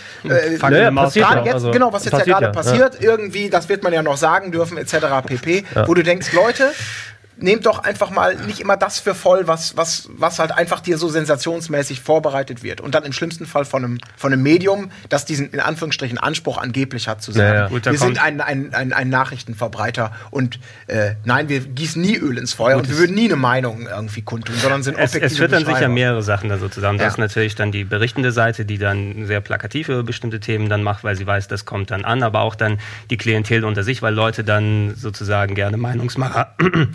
Was jetzt ja gerade passiert, irgendwie, das wird man ja noch sagen dürfen, etc. pp. Wo du denkst, Leute, nehmt doch einfach mal nicht immer das für voll, was halt einfach dir so sensationsmäßig vorbereitet wird. Und dann im schlimmsten Fall von einem Medium, das diesen, in Anführungsstrichen, Anspruch angeblich hat, zu sagen, wir sind ein Nachrichtenverbreiter und nein, wir gießen nie Öl ins Feuer und wir würden nie eine Meinung irgendwie kundtun, sondern sind objektive Es führt dann sicher mehrere Sachen da so zusammen. Das ist natürlich dann die berichtende Seite, die dann sehr plakativ über bestimmte Themen dann macht, weil sie weiß, das kommt dann an, aber auch dann die Klientel unter sich, weil Leute dann sozusagen gerne Meinungsmacher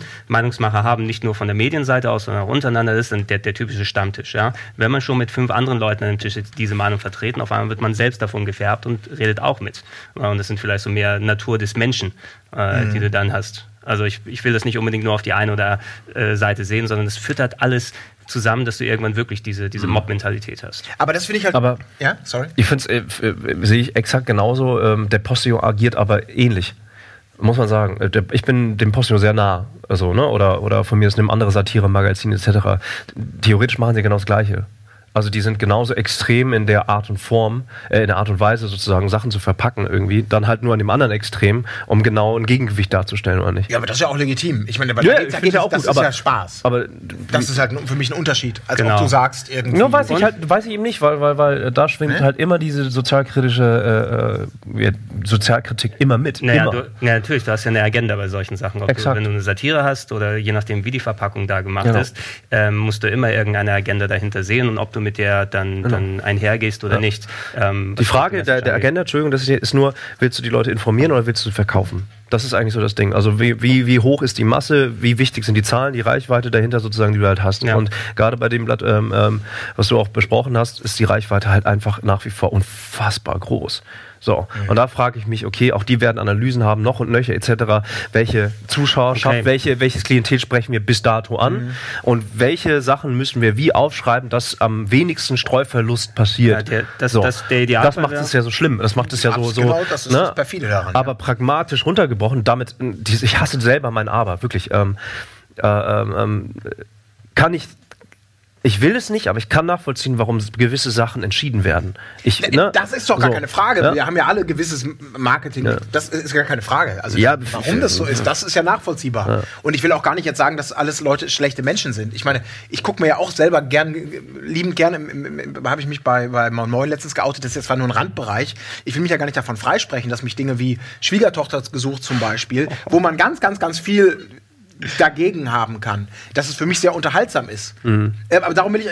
haben, nicht nur von der Medienseite aus, sondern auch untereinander. Das ist dann der typische Stammtisch. Ja? Wenn man schon mit 5 anderen Leuten an dem Tisch diese Meinung vertreten, auf einmal wird man selbst davon gefärbt und redet auch mit. Und das sind vielleicht so mehr Natur des Menschen, die du dann hast. Also ich will das nicht unbedingt nur auf die eine oder Seite sehen, sondern es füttert alles zusammen, dass du irgendwann wirklich diese Mob-Mentalität hast. Aber das finde ich halt... Aber ja, sorry. Ich finde es, sehe ich exakt genauso. Der Postillon agiert aber ähnlich. Muss man sagen. Ich bin dem Postillon sehr nah. Also, ne? Oder von mir ist einem andere Satire-Magazin etc. Theoretisch machen sie genau das Gleiche. Also die sind genauso extrem in der Art und Form, in der Art und Weise sozusagen Sachen zu verpacken irgendwie, dann halt nur an dem anderen Extrem, um genau ein Gegengewicht darzustellen, oder nicht? Ja, aber das ist ja auch legitim. Ich meine, das ist ja Spaß. Aber das ist halt für mich ein Unterschied, als ob du sagst irgendwie. Nur weiß ich eben nicht, weil da schwingt halt immer diese sozialkritische Sozialkritik immer mit. Naja, natürlich, du hast ja eine Agenda bei solchen Sachen. Wenn du eine Satire hast oder je nachdem, wie die Verpackung da gemacht ist, musst du immer irgendeine Agenda dahinter sehen und ob du mit der dann einhergehst oder nicht. Die Frage der Agenda, Entschuldigung, das ist nur, willst du die Leute informieren oder willst du verkaufen? Das ist eigentlich so das Ding. Also wie hoch ist die Masse, wie wichtig sind die Zahlen, die Reichweite dahinter sozusagen, die du halt hast. Ja. Und gerade bei dem Blatt, was du auch besprochen hast, ist die Reichweite halt einfach nach wie vor unfassbar groß. So, und da frage ich mich, okay, auch die werden Analysen haben, noch und nöcher etc., welche Zuschauerschaft, welches Klientel sprechen wir bis dato an und welche Sachen müssen wir wie aufschreiben, dass am wenigsten Streuverlust passiert. Ja, das macht es ja so schlimm, das macht es ja so genau, das ist das perfide daran. Aber pragmatisch runtergebrochen, damit, ich hasse selber mein Aber, wirklich, kann ich will es nicht, aber ich kann nachvollziehen, warum gewisse Sachen entschieden werden. Das ist doch gar keine Frage. Ja? Wir haben ja alle gewisses Marketing. Ja. Das ist gar keine Frage. Also warum das so ist, das ist ja nachvollziehbar. Ja. Und ich will auch gar nicht jetzt sagen, dass alles Leute schlechte Menschen sind. Ich meine, ich gucke mir ja auch selber liebend gerne, habe ich mich bei Moin Moin letztens geoutet, das ist jetzt zwar nur ein Randbereich. Ich will mich ja gar nicht davon freisprechen, dass mich Dinge wie Schwiegertochter gesucht zum Beispiel, wo man ganz, ganz, ganz viel dagegen haben kann, dass es für mich sehr unterhaltsam ist. Aber darum will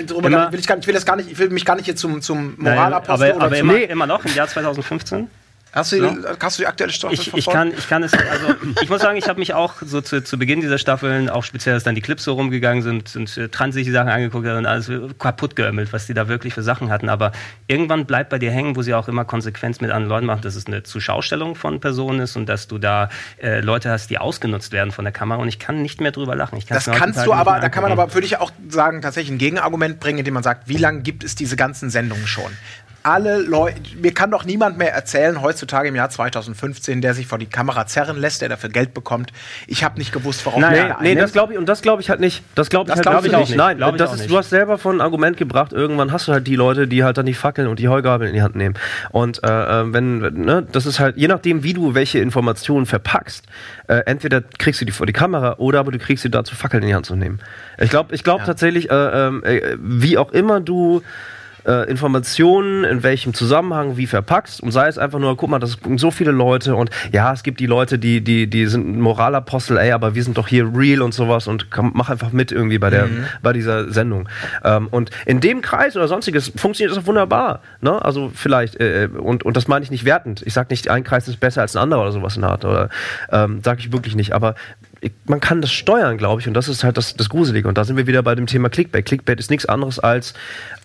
ich mich gar nicht jetzt zum Moralapostel aber immer noch im Jahr 2015. Hast du die aktuelle Staffel verfolgt? Ich kann es, also ich muss sagen, ich habe mich auch so zu Beginn dieser Staffeln, auch speziell, als dann die Clips so rumgegangen sind und Trans sich die Sachen angeguckt hat und alles kaputt geömmelt, was die da wirklich für Sachen hatten. Aber irgendwann bleibt bei dir hängen, wo sie auch immer Konsequenz mit anderen Leuten machen, dass es eine Zuschaustellung von Personen ist und dass du da Leute hast, die ausgenutzt werden von der Kamera und ich kann nicht mehr drüber lachen. Das kannst du aber, da kann man aber, würde ich auch sagen, tatsächlich ein Gegenargument bringen, indem man sagt, wie lange gibt es diese ganzen Sendungen schon? Alle Leute, mir kann doch niemand mehr erzählen, heutzutage im Jahr 2015, der sich vor die Kamera zerren lässt, der dafür Geld bekommt. Ich habe nicht gewusst, warum das glaube ich halt nicht. Das glaube ich auch nicht. Nein, du hast selber von ein Argument gebracht, irgendwann hast du halt die Leute, die halt dann die Fackeln und die Heugabeln in die Hand nehmen. Und das ist halt, je nachdem, wie du welche Informationen verpackst, entweder kriegst du die vor die Kamera oder aber du kriegst sie dazu, Fackeln in die Hand zu nehmen. Ich glaube tatsächlich, wie auch immer du Informationen in welchem Zusammenhang wie verpackst und sei es einfach nur, guck mal, das sind so viele Leute und ja, es gibt die Leute, die sind Moralapostel, aber wir sind doch hier real und sowas und mach einfach mit irgendwie bei dieser Sendung. Und in dem Kreis oder sonstiges funktioniert das auch wunderbar, ne? Also vielleicht, und das meine ich nicht wertend, ich sag nicht, ein Kreis ist besser als ein anderer oder sowas in der Art, oder sag ich wirklich nicht, aber man kann das steuern, glaube ich, und das ist halt das Gruselige und da sind wir wieder bei dem Thema Clickbait. Clickbait ist nichts anderes als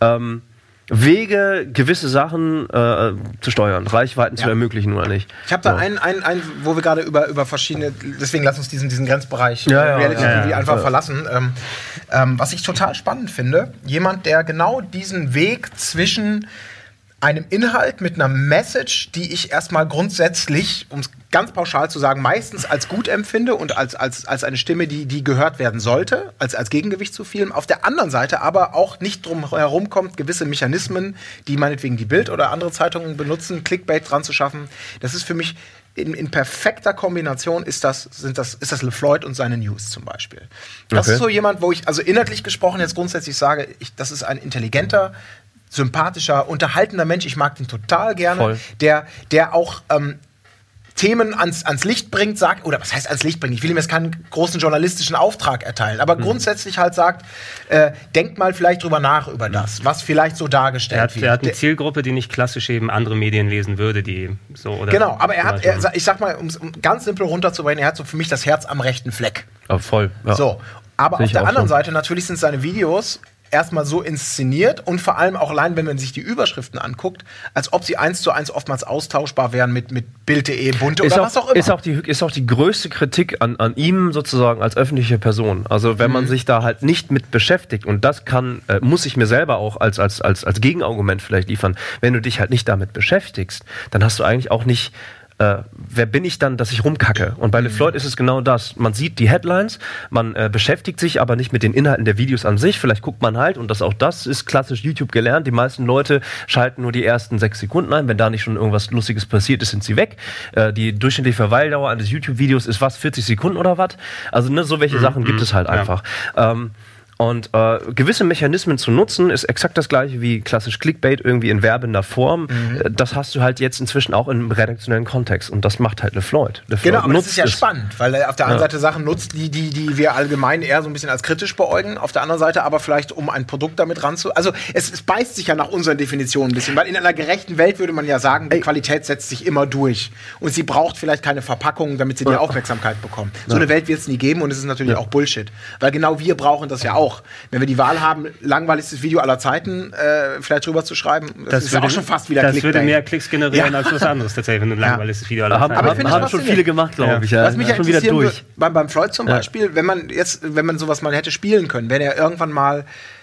Wege, gewisse Sachen zu steuern, Reichweiten zu ermöglichen oder nicht. Ich habe da einen, wo wir gerade über verschiedene, deswegen lass uns diesen Grenzbereich Reality TV einfach verlassen. Was ich total spannend finde, jemand, der genau diesen Weg zwischen einem Inhalt mit einer Message, die ich erstmal grundsätzlich, um es ganz pauschal zu sagen, meistens als gut empfinde und als eine Stimme, die gehört werden sollte, als Gegengewicht zu vielem. Auf der anderen Seite aber auch nicht drum herum kommt, gewisse Mechanismen, die meinetwegen die Bild oder andere Zeitungen benutzen, Clickbait dran zu schaffen. Das ist für mich in perfekter Kombination ist das LeFloid und seine News zum Beispiel. Das ist so jemand, wo ich, also inhaltlich gesprochen jetzt grundsätzlich sage, das ist ein intelligenter, sympathischer, unterhaltender Mensch. Ich mag den total gerne. Voll. Der auch Themen ans Licht bringt, sagt, oder was heißt ans Licht bringen? Ich will ihm jetzt keinen großen journalistischen Auftrag erteilen, aber grundsätzlich halt sagt, denkt mal vielleicht drüber nach über das, was vielleicht so dargestellt wird. Er hat eine Zielgruppe, die nicht klassisch eben andere Medien lesen würde, die so oder. Genau, aber ich sag mal, um ganz simpel runterzubrechen, er hat so für mich das Herz am rechten Fleck. Oh, voll. Ja. So, aber auf der anderen Seite natürlich sind seine Videos erstmal so inszeniert und vor allem auch allein, wenn man sich die Überschriften anguckt, als ob sie 1:1 oftmals austauschbar wären mit Bild.de, Bunte oder was auch immer. Ist auch die größte Kritik an ihm sozusagen als öffentliche Person. Also wenn man sich da halt nicht mit beschäftigt und das muss ich mir selber auch als Gegenargument vielleicht liefern, wenn du dich halt nicht damit beschäftigst, dann hast du eigentlich auch nicht wer bin ich dann, dass ich rumkacke? Und bei LeFloid ist es genau das. Man sieht die Headlines, man beschäftigt sich aber nicht mit den Inhalten der Videos an sich. Vielleicht guckt man halt, und auch das ist klassisch YouTube gelernt, die meisten Leute schalten nur die ersten 6 Sekunden ein. Wenn da nicht schon irgendwas Lustiges passiert ist, sind sie weg. Die durchschnittliche Verweildauer eines YouTube-Videos ist 40 Sekunden oder was? Also so welche Sachen gibt es halt einfach. Und gewisse Mechanismen zu nutzen, ist exakt das gleiche wie klassisch Clickbait irgendwie in Form. Das hast du halt jetzt inzwischen auch im redaktionellen Kontext. Und das macht halt LeFloid. Genau, aber das ist ja spannend, weil er auf der einen Seite Sachen nutzt, die wir allgemein eher so ein bisschen als kritisch beäugen. Auf der anderen Seite aber vielleicht, um ein Produkt damit Also es beißt sich ja nach unseren Definitionen ein bisschen. Weil in einer gerechten Welt würde man ja sagen, die Qualität setzt sich immer durch. Und sie braucht vielleicht keine Verpackung, damit sie die Aufmerksamkeit bekommt. So eine Welt wird es nie geben und es ist natürlich auch Bullshit. Weil genau wir brauchen das ja auch. Wenn wir die Wahl haben, langweiligstes Video aller Zeiten vielleicht drüber zu schreiben, das ist auch schon fast wieder Clickbait. Das würde mehr Klicks generieren als was anderes tatsächlich, wenn du ein langweiligstes Video aller Zeiten haben schon viele gemacht, glaube ich. Was mich ja schon wieder durch. Beim Floyd zum Beispiel, wenn man sowas mal hätte spielen können, wenn er irgendwann mal,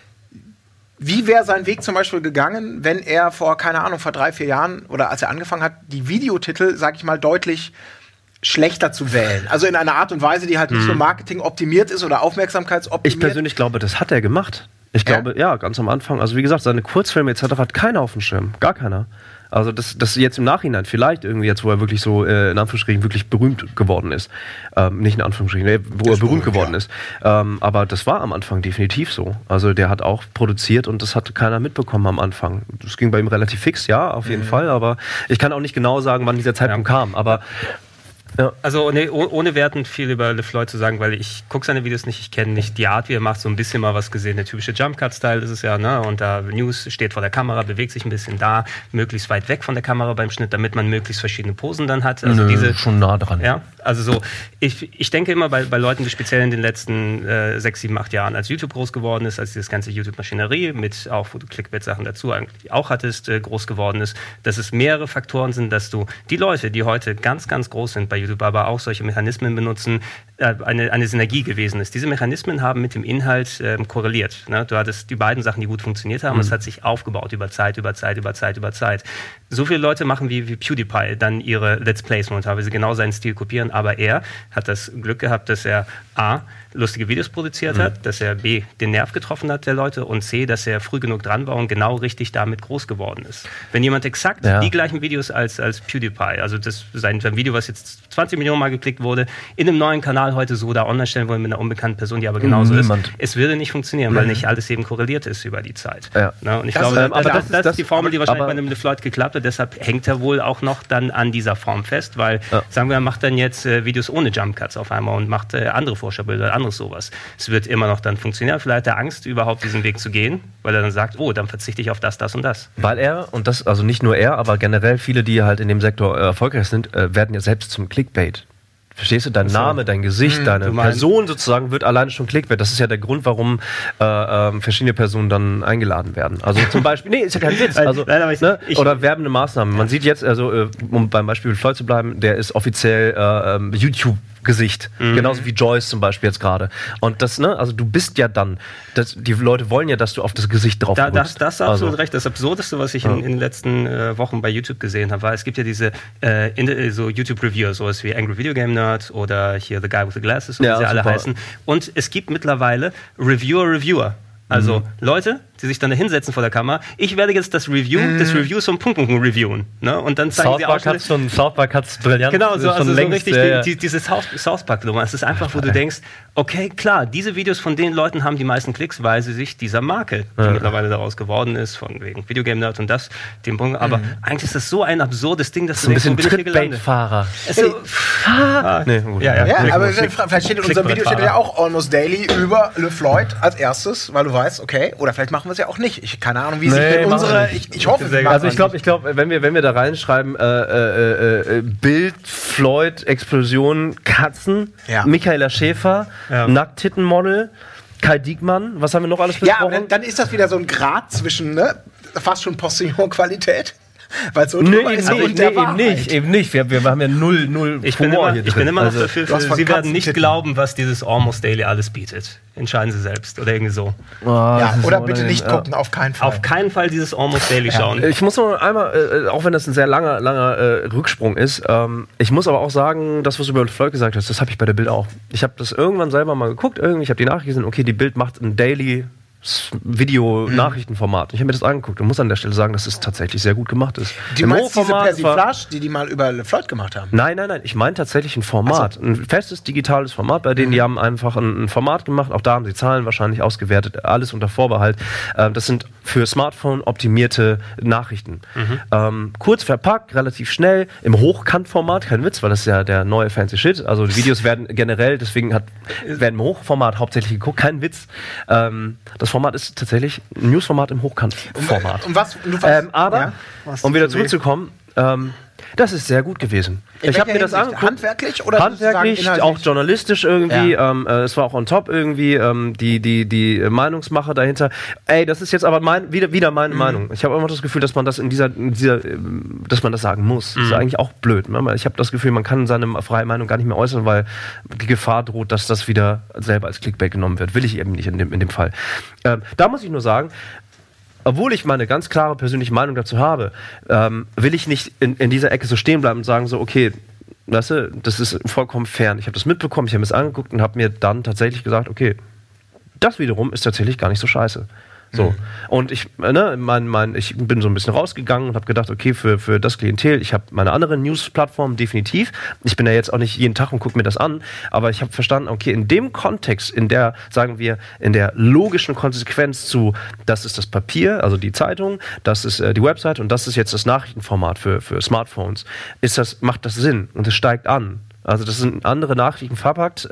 wie wäre sein Weg zum Beispiel gegangen, wenn er vor 3-4 Jahren oder als er angefangen hat, die Videotitel, sag ich mal, deutlich schlechter zu wählen. Also in einer Art und Weise, die halt nicht so Marketing optimiert ist oder aufmerksamkeitsoptimiert. Ich persönlich glaube, das hat er gemacht. Ich glaube, ja, ganz am Anfang. Also wie gesagt, seine Kurzfilme etc. hat keiner auf dem Schirm. Gar keiner. Also das jetzt im Nachhinein vielleicht irgendwie jetzt, wo er wirklich so in Anführungsstrichen wirklich berühmt geworden ist. Nicht in Anführungsstrichen, wo er berühmt geworden ist. Aber das war am Anfang definitiv so. Also der hat auch produziert und das hat keiner mitbekommen am Anfang. Das ging bei ihm relativ fix, ja, auf jeden Fall. Aber ich kann auch nicht genau sagen, wann dieser Zeitpunkt kam. Aber ja. Also ohne wertend viel über LeFloid zu sagen, weil ich gucke seine Videos nicht, ich kenne nicht die Art, wie er macht, so ein bisschen mal was gesehen. Der typische Jump-Cut-Style ist es ja, ne? Und da News steht vor der Kamera, bewegt sich ein bisschen da, möglichst weit weg von der Kamera beim Schnitt, damit man möglichst verschiedene Posen dann hat. Also schon nah dran. Ja, also so, ich denke immer bei Leuten, die speziell in den letzten 6, 7, 8 Jahren als YouTube groß geworden ist, als dieses ganze YouTube-Maschinerie mit auch, wo du Clickbait-Sachen dazu eigentlich auch hattest, groß geworden ist, dass es mehrere Faktoren sind, dass du die Leute, die heute ganz, ganz groß sind bei YouTube, aber auch solche Mechanismen benutzen, eine Synergie gewesen ist. Diese Mechanismen haben mit dem Inhalt korreliert. Ne? Du hattest die beiden Sachen, die gut funktioniert haben, es hat sich aufgebaut über Zeit. So viele Leute machen wie PewDiePie dann ihre Let's Plays momentan, weil sie genau seinen Stil kopieren, aber er hat das Glück gehabt, dass er A, lustige Videos produziert hat, dass er B, den Nerv getroffen hat der Leute und C, dass er früh genug dran war und genau richtig damit groß geworden ist. Wenn jemand exakt die gleichen Videos als PewDiePie, also sein Video, was jetzt 20 Millionen Mal geklickt wurde, in einem neuen Kanal heute so da online stellen wollen mit einer unbekannten Person, die aber genauso ist, es würde nicht funktionieren, weil nicht alles eben korreliert ist über die Zeit. Ja. Ne? Und ich glaube, das ist die Formel, die wahrscheinlich bei einem LeFloid geklappt hat, deshalb hängt er wohl auch noch dann an dieser Form fest, weil, sagen wir, er macht dann jetzt Videos ohne Jump Cuts auf einmal und macht andere Vorschaubilder, anderes sowas. Es wird immer noch dann funktionieren. Vielleicht hat er Angst, überhaupt diesen Weg zu gehen, weil er dann sagt, oh, dann verzichte ich auf das und das. Weil er, und das, also nicht nur er, aber generell viele, die halt in dem Sektor erfolgreich sind, werden ja selbst zum Clickbait. Verstehst du? Dein Name, dein Gesicht, deine Person sozusagen wird alleine schon Clickbait. Das ist ja der Grund, warum verschiedene Personen dann eingeladen werden. Also zum Beispiel, nee, ist ja kein Witz. Also, oder werbende Maßnahmen. Man sieht jetzt, also um beim Beispiel Floyd zu bleiben, der ist offiziell YouTube-Gesicht. Genauso wie Joyce zum Beispiel jetzt gerade. Und das, ne, also du bist ja dann, die Leute wollen ja, dass du auf das Gesicht drauf drückst. Das ist absolut recht. Das Absurdeste, was ich in den letzten Wochen bei YouTube gesehen habe, war, es gibt ja diese so YouTube-Reviewer, sowas wie Angry Video Game Nerd oder hier The Guy with the Glasses, wie sie alle heißen. Und es gibt mittlerweile Reviewer. Also Leute, die sich dann da hinsetzen vor der Kamera. Ich werde jetzt das Review des Reviews vom Punkten reviewen. Ne? Und dann zeigen sie auch South Park hat's brillant. Genau, so richtig diese South Park-Nummer. Es ist einfach, wo du denkst, okay, klar, diese Videos von den Leuten haben die meisten Klicks, weil sie sich dieser Marke, die mittlerweile daraus geworden ist, von wegen Videogame Nerd und das, dem Punkt. Aber eigentlich ist das so ein absurdes Ding, dass du denkst, ein bisschen Trittbait-Fahrer. Aber vielleicht steht in unserem Video ja auch Almost Daily über LeFloid als erstes, weil du weißt, okay, oder vielleicht machen wir es ja auch nicht. Keine Ahnung, wie sich denn unsere. Ich hoffe, also ich glaube, wenn wir da reinschreiben, Bild, Floyd, Explosion, Katzen, Michaela Schäfer, Nackttittenmodel, Kai Diekmann, was haben wir noch alles besprochen? Ja, dann ist das wieder so ein Grad zwischen, ne, fast schon Postillon-Qualität. Weil so eben nicht. Wir haben ja null Humor hier drin. Ich bin immer noch dafür, Sie werden nicht glauben, was dieses Almost Daily alles bietet. Entscheiden Sie selbst oder irgendwie so. Oder bitte nicht gucken, auf keinen Fall. Auf keinen Fall dieses Almost Daily schauen. Ich muss noch einmal, auch wenn das ein sehr langer Rücksprung ist, ich muss aber auch sagen, das, was du über Floyd gesagt hast, das habe ich bei der Bild auch. Ich habe das irgendwann selber mal geguckt, ich habe die Nachricht gesehen, okay, die Bild macht ein Daily Video-Nachrichtenformat. Ich habe mir das angeguckt und muss an der Stelle sagen, dass es tatsächlich sehr gut gemacht ist. Die meinst diese Persiflage, die mal über LeFloid gemacht haben? Nein. Ich meine tatsächlich ein Format. Ein festes digitales Format, bei denen die haben einfach ein Format gemacht. Auch da haben sie Zahlen wahrscheinlich ausgewertet. Alles unter Vorbehalt. Das sind für Smartphone optimierte Nachrichten. Kurz verpackt, relativ schnell, im Hochkantformat. Kein Witz, weil das ist ja der neue fancy Shit. Also die Videos werden generell, deswegen werden im Hochformat hauptsächlich geguckt. Kein Witz. Das Format ist tatsächlich ein Newsformat im Hochkantformat. Aber, um wieder zurückzukommen, das ist sehr gut gewesen. Ich habe mir das angeguckt. Handwerklich oder handwerklich, auch journalistisch irgendwie. Es war auch on top irgendwie. Die Meinungsmache dahinter. Ey, das ist jetzt aber wieder meine Meinung. Ich habe immer das Gefühl, dass man das dass man das sagen muss. Das ist eigentlich auch blöd. Ich habe das Gefühl, man kann seine freie Meinung gar nicht mehr äußern, weil die Gefahr droht, dass das wieder selber als Clickbait genommen wird. Will ich eben nicht in dem Fall. Da muss ich nur sagen, obwohl ich meine ganz klare persönliche Meinung dazu habe, will ich nicht in dieser Ecke so stehen bleiben und sagen so, okay, weißt du, das ist vollkommen fern. Ich habe das mitbekommen, ich habe es angeguckt und habe mir dann tatsächlich gesagt, okay, das wiederum ist tatsächlich gar nicht so scheiße. So. Und ich bin so ein bisschen rausgegangen und habe gedacht, okay, für das Klientel, ich habe meine andere News-Plattform definitiv. Ich bin ja jetzt auch nicht jeden Tag und gucke mir das an, aber ich habe verstanden, okay, in dem Kontext, in der, sagen wir, in der logischen Konsequenz zu, das ist das Papier, also die Zeitung, das ist die Website und das ist jetzt das Nachrichtenformat für Smartphones, macht das Sinn und es steigt an. Also das sind andere Nachrichten verpackt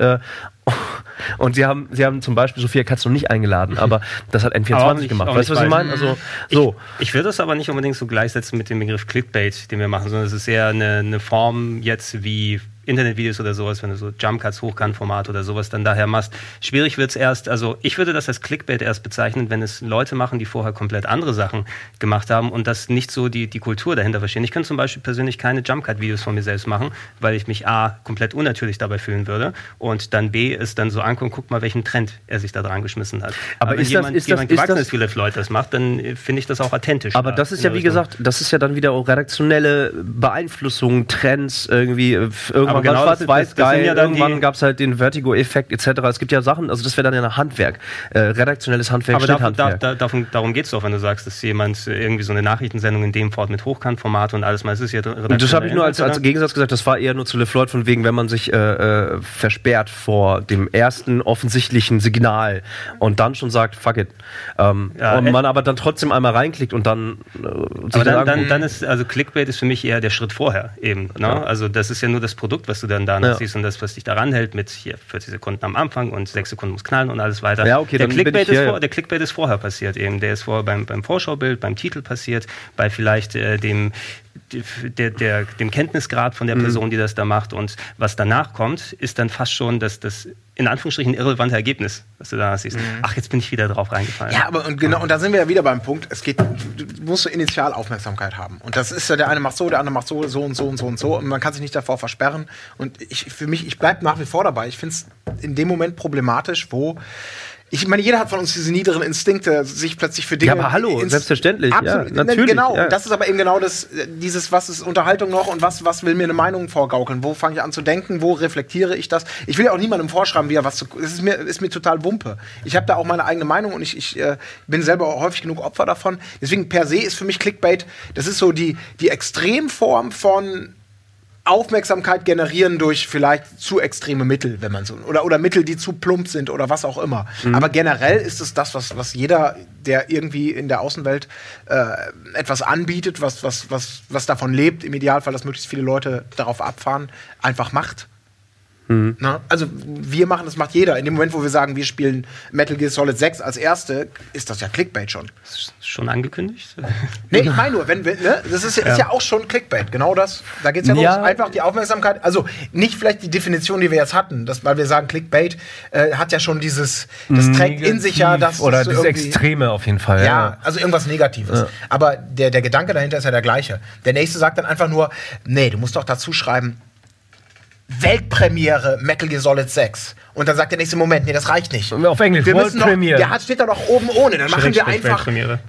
und sie haben zum Beispiel Sophia Katz noch nicht eingeladen, aber das hat N24 gemacht. Weißt du, was ich meine? Also, so. Ich würde das aber nicht unbedingt so gleichsetzen mit dem Begriff Clickbait, den wir machen, sondern es ist eher eine Form jetzt wie Internetvideos oder sowas, wenn du so Jump-Cuts, Hochkantformat oder sowas dann daher machst. Schwierig wird es erst, also ich würde das als Clickbait erst bezeichnen, wenn es Leute machen, die vorher komplett andere Sachen gemacht haben und das nicht so die Kultur dahinter verstehen. Ich könnte zum Beispiel persönlich keine Jump-Cut-Videos von mir selbst machen, weil ich mich A, komplett unnatürlich dabei fühlen würde und dann B, es dann so angucken, guck mal, welchen Trend er sich da dran geschmissen hat. Aber wenn jemand gewachsen ist, wie Leute das macht, dann finde ich das auch authentisch. Aber das ist ja, wie gesagt, das ist ja dann wieder auch redaktionelle Beeinflussung, Trends, irgendwie, irgendwann genau, schwarz-weiß geil, ja irgendwann gab es halt den Vertigo-Effekt etc. Es gibt ja Sachen, also das wäre dann ja ein Handwerk, redaktionelles Handwerk, aber darum geht es doch, wenn du sagst, dass jemand irgendwie so eine Nachrichtensendung in dem Fort mit Hochkantformat und alles mal, es ist ja und das habe ich nur als Gegensatz gesagt, das war eher nur zu LeFloid von wegen, wenn man sich versperrt vor dem ersten offensichtlichen Signal und dann schon sagt, fuck it. Und man aber dann trotzdem einmal reinklickt und dann dann ist, also Clickbait ist für mich eher der Schritt vorher eben. Ne? Ja. Also das ist ja nur das Produkt, was du dann da siehst und das, was dich daran hält mit hier 40 Sekunden am Anfang und 6 Sekunden muss knallen und alles weiter. Ja, okay, der Clickbait ist vorher passiert eben. Der ist vorher beim Vorschaubild, beim Titel passiert, bei vielleicht dem Kenntnisgrad von der Person, die das da macht und was danach kommt, ist dann fast schon das in Anführungsstrichen irrelevante Ergebnis, was du da siehst. Ach, jetzt bin ich wieder drauf reingefallen. Ja, aber und da sind wir ja wieder beim Punkt, du musst so Initialaufmerksamkeit haben. Und das ist ja, der eine macht so, der andere macht so und so und so und so und man kann sich nicht davor versperren. Und ich bleibe nach wie vor dabei. Ich finde es in dem Moment problematisch, wo ich meine, jeder hat von uns diese niederen Instinkte, sich plötzlich für Dinge... Ja, aber hallo, selbstverständlich. Absolut, ja, natürlich. Genau, ja. und das ist aber eben genau dieses, was ist Unterhaltung noch und was will mir eine Meinung vorgaukeln? Wo fange ich an zu denken? Wo reflektiere ich das? Ich will ja auch niemandem vorschreiben, wie er was zu... Es ist mir total Wumpe. Ich habe da auch meine eigene Meinung und ich bin selber häufig genug Opfer davon. Deswegen per se ist für mich Clickbait, das ist so die Extremform von Aufmerksamkeit generieren durch vielleicht zu extreme Mittel, wenn man so oder Mittel, die zu plump sind oder was auch immer. Aber generell ist es das, was jeder, der irgendwie in der Außenwelt etwas anbietet, was davon lebt, im Idealfall, dass möglichst viele Leute darauf abfahren, einfach macht. Na, also wir machen, das macht jeder. In dem Moment, wo wir sagen, wir spielen Metal Gear Solid 6 als erste, ist das ja Clickbait schon. Ist schon angekündigt? Nee, ich meine nur, das ist ja auch schon Clickbait, genau das. Da geht es ja los. Einfach die Aufmerksamkeit, also nicht vielleicht die Definition, die wir jetzt hatten, weil wir sagen, Clickbait hat ja schon das trägt in sich ja das. Oder das Extreme auf jeden Fall. Ja, also irgendwas Negatives. Ja. Aber der Gedanke dahinter ist ja der gleiche. Der Nächste sagt dann einfach nur, nee, du musst doch dazu schreiben, Weltpremiere Metal Gear Solid 6. Und dann sagt der nächste, Moment, nee, das reicht nicht. Auf Englisch, World Premiere. Der steht da doch oben ohne. Dann machen wir einfach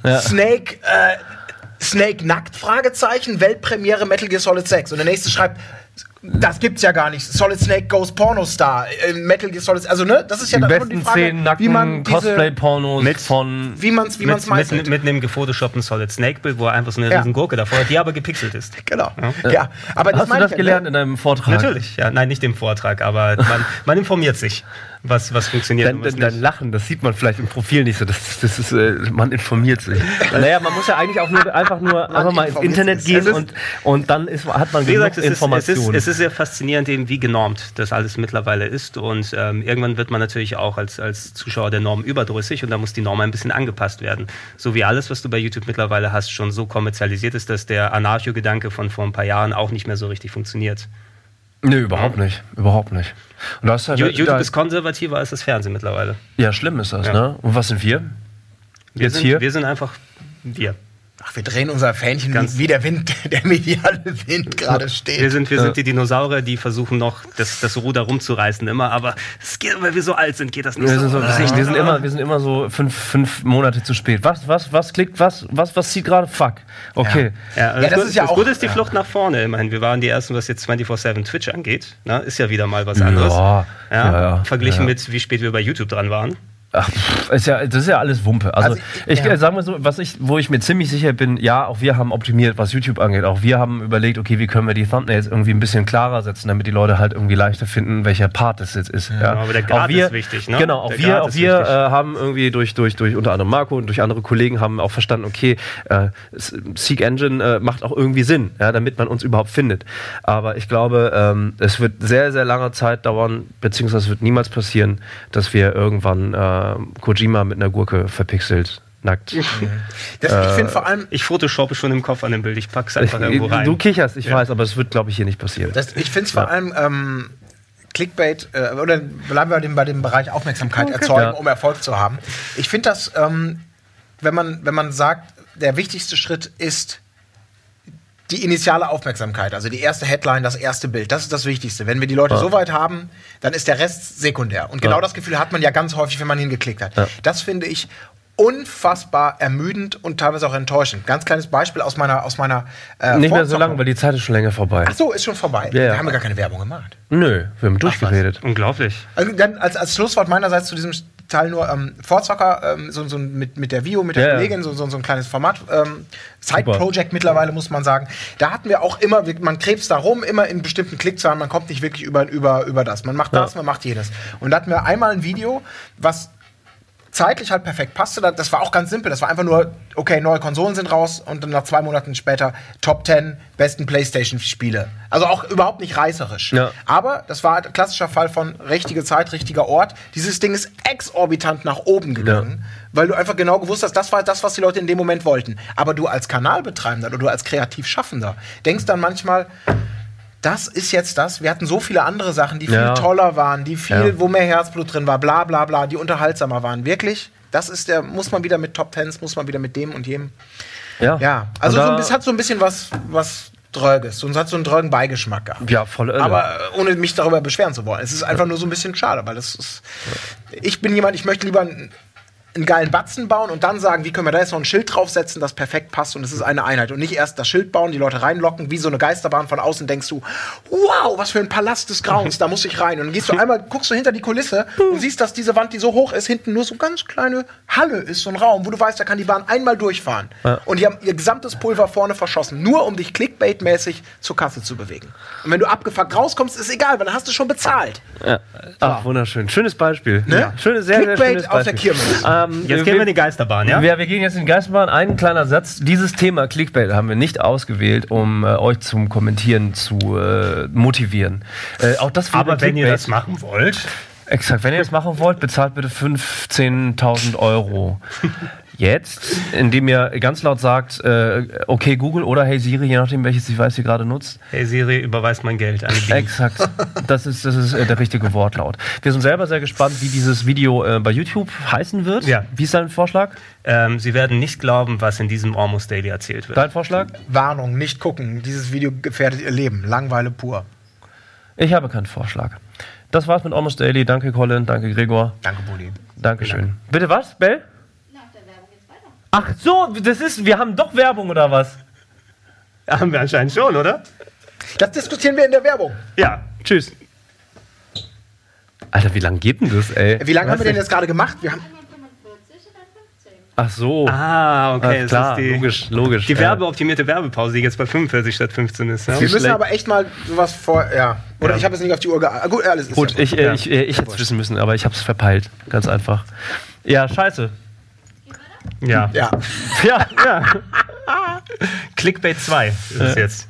Snake nackt, Fragezeichen, Weltpremiere Metal Gear Solid 6. Und der nächste schreibt, das gibt's ja gar nicht. Solid Snake Goes Pornostar. Metal Gear Solid, also ne, das ist ja dann die Frage, wie man Cosplay-Pornos wie man's meistert. Mit einem gefotoshoppten Solid Snake-Bild, wo er einfach so eine riesen Gurke davor hat, die aber gepixelt ist. Genau. Ja. Aber hast du das gelernt in deinem Vortrag? Natürlich, ja. Nein, nicht im Vortrag, aber man informiert sich, was funktioniert und was nicht. Dein Lachen, das sieht man vielleicht im Profil nicht so. Das ist, man informiert sich. Naja, man muss ja eigentlich auch einfach mal ins Internet gehen und dann hat man genug Informationen. Es ist sehr faszinierend, eben wie genormt das alles mittlerweile ist und irgendwann wird man natürlich auch als Zuschauer der Norm überdrüssig und da muss die Norm ein bisschen angepasst werden. So wie alles, was du bei YouTube mittlerweile hast, schon so kommerzialisiert ist, dass der Anarcho-Gedanke von vor ein paar Jahren auch nicht mehr so richtig funktioniert. Nee, überhaupt nicht. Überhaupt nicht. Und das halt YouTube ist konservativer als das Fernsehen mittlerweile. Ja, schlimm ist das, ne? Und was sind wir? Wir sind einfach wir. Ach, wir drehen unser Fähnchen, wie der Wind, der mediale Wind gerade steht. Wir sind die Dinosaurier, die versuchen noch, das Ruder rumzureißen immer, aber es geht, weil wir so alt sind, geht das nicht so. Wir sind immer so fünf Monate zu spät. Was klickt, was zieht gerade? Fuck. Okay. Das Gute ist die Flucht nach vorne. Immerhin, wir waren die Ersten, was jetzt 24/7 Twitch angeht. Na, ist ja wieder mal was anderes. Verglichen mit, wie spät wir bei YouTube dran waren. Ach, das ist ja alles Wumpe. Also ich sag mal so, wo ich mir ziemlich sicher bin, ja, auch wir haben optimiert, was YouTube angeht. Auch wir haben überlegt, okay, wie können wir die Thumbnails irgendwie ein bisschen klarer setzen, damit die Leute halt irgendwie leichter finden, welcher Part das jetzt ist. Ja. Aber der Grad ist wichtig, ne? Genau, auch wir haben irgendwie durch unter anderem Marco und durch andere Kollegen haben auch verstanden, okay, Seek Engine macht auch irgendwie Sinn, ja, damit man uns überhaupt findet. Aber ich glaube, es wird sehr, sehr lange Zeit dauern, beziehungsweise es wird niemals passieren, dass wir irgendwann Kojima mit einer Gurke verpixelt, nackt. Ich finde vor allem... Ich photoshoppe schon im Kopf an dem Bild, ich pack's einfach irgendwo rein. Du kicherst, ich weiß, aber es wird, glaube ich, hier nicht passieren. Ich finde es vor allem Clickbait, oder bleiben wir bei dem Bereich Aufmerksamkeit erzeugen, um Erfolg zu haben. Ich finde das, wenn man sagt, der wichtigste Schritt ist die initiale Aufmerksamkeit, also die erste Headline, das erste Bild, das ist das Wichtigste. Wenn wir die Leute so weit haben, dann ist der Rest sekundär. Und genau das Gefühl hat man ja ganz häufig, wenn man hingeklickt hat. Ja. Das finde ich unfassbar ermüdend und teilweise auch enttäuschend. Ganz kleines Beispiel aus meiner nicht mehr so lange, weil die Zeit ist schon länger vorbei. Ach so, ist schon vorbei. Ja. Wir haben gar keine Werbung gemacht. Nö, wir haben durchgeredet. Unglaublich. Also dann als Schlusswort meinerseits zu diesem Teil nur Vorzocker, so mit der Vio, mit der Kollegin, so ein kleines Format, Side-Project mittlerweile, muss man sagen. Da hatten wir auch immer, man krebst da rum, immer in bestimmten Klickzahlen, man kommt nicht wirklich über das. Man macht das, man macht jenes. Und da hatten wir einmal ein Video, was zeitlich halt perfekt passte. Das war auch ganz simpel. Das war einfach nur, okay, neue Konsolen sind raus und dann nach 2 Monaten später Top 10 besten PlayStation-Spiele. Also auch überhaupt nicht reißerisch. Ja. Aber das war ein klassischer Fall von richtige Zeit, richtiger Ort. Dieses Ding ist exorbitant nach oben gegangen, weil du einfach genau gewusst hast, das war das, was die Leute in dem Moment wollten. Aber du als Kanalbetreibender oder du als Kreativschaffender denkst dann manchmal, das ist jetzt das. Wir hatten so viele andere Sachen, die viel toller waren, die viel, wo mehr Herzblut drin war, bla bla bla, die unterhaltsamer waren. Wirklich, das ist muss man wieder mit Top Tens, muss man wieder mit dem und jedem. Ja. Also es hat so ein bisschen was Dröges. Und es hat so einen drögen Beigeschmack gehabt. Ja, voll irre. Aber ohne mich darüber beschweren zu wollen. Es ist einfach nur so ein bisschen schade, weil das ist. Ich bin jemand, ich möchte lieber einen geilen Batzen bauen und dann sagen, wie können wir da jetzt noch ein Schild draufsetzen, das perfekt passt und es ist eine Einheit. Und nicht erst das Schild bauen, die Leute reinlocken, wie so eine Geisterbahn von außen denkst du, wow, was für ein Palast des Grauens, da muss ich rein. Und dann gehst du einmal, guckst du hinter die Kulisse und siehst, dass diese Wand, die so hoch ist, hinten nur so ganz kleine Halle ist, so ein Raum, wo du weißt, da kann die Bahn einmal durchfahren. Ja. Und die haben ihr gesamtes Pulver vorne verschossen, nur um dich Clickbait-mäßig zur Kasse zu bewegen. Und wenn du abgefuckt rauskommst, ist egal, weil dann hast du schon bezahlt. Ja. Ach, wunderschön. Schönes Beispiel. Ne? Ja. Sehr, sehr schönes Beispiel. Auf der Kirmes. Jetzt gehen wir in die Geisterbahn, ja? Wir gehen jetzt in die Geisterbahn. Ein kleiner Satz. Dieses Thema Clickbait haben wir nicht ausgewählt, um euch zum Kommentieren zu motivieren. Auch das aber wenn ihr das machen wollt... Exakt, wenn ihr das machen wollt, bezahlt bitte 15.000 Euro. Jetzt, indem ihr ganz laut sagt, okay Google oder Hey Siri, je nachdem welches Device ihr gerade nutzt. Hey Siri, überweist mein Geld an die. Exakt, das ist der richtige Wortlaut. Wir sind selber sehr gespannt, wie dieses Video bei YouTube heißen wird. Ja. Wie ist dein Vorschlag? Sie werden nicht glauben, was in diesem Almost Daily erzählt wird. Dein Vorschlag? Warnung, nicht gucken. Dieses Video gefährdet ihr Leben. Langweile pur. Ich habe keinen Vorschlag. Das war's mit Almost Daily. Danke Colin, danke Gregor. Danke Bulli. Dankeschön. Bitte was, Bell? Nach der Werbung geht's weiter. Ach so, wir haben doch Werbung oder was? Ja, haben wir anscheinend schon, oder? Das diskutieren wir in der Werbung. Ja, tschüss. Alter, wie lang geht denn das, ey? Wie lange haben wir denn jetzt gerade gemacht? Wir haben 45 oder 15. Ach so. Ah, okay. Alles klar, das ist logisch. Die werbeoptimierte Werbepause, die jetzt bei 45 statt 15 ist. Ja? wir müssen aber echt mal sowas vor... Ja. Oder ich habe jetzt nicht auf die Uhr geachtet. Gut, alles ist gut. Ja ich hätte es wissen müssen, aber ich habe es verpeilt. Ganz einfach. Ja, scheiße. Ja. Ja. Ja. Clickbait 2 ist es jetzt.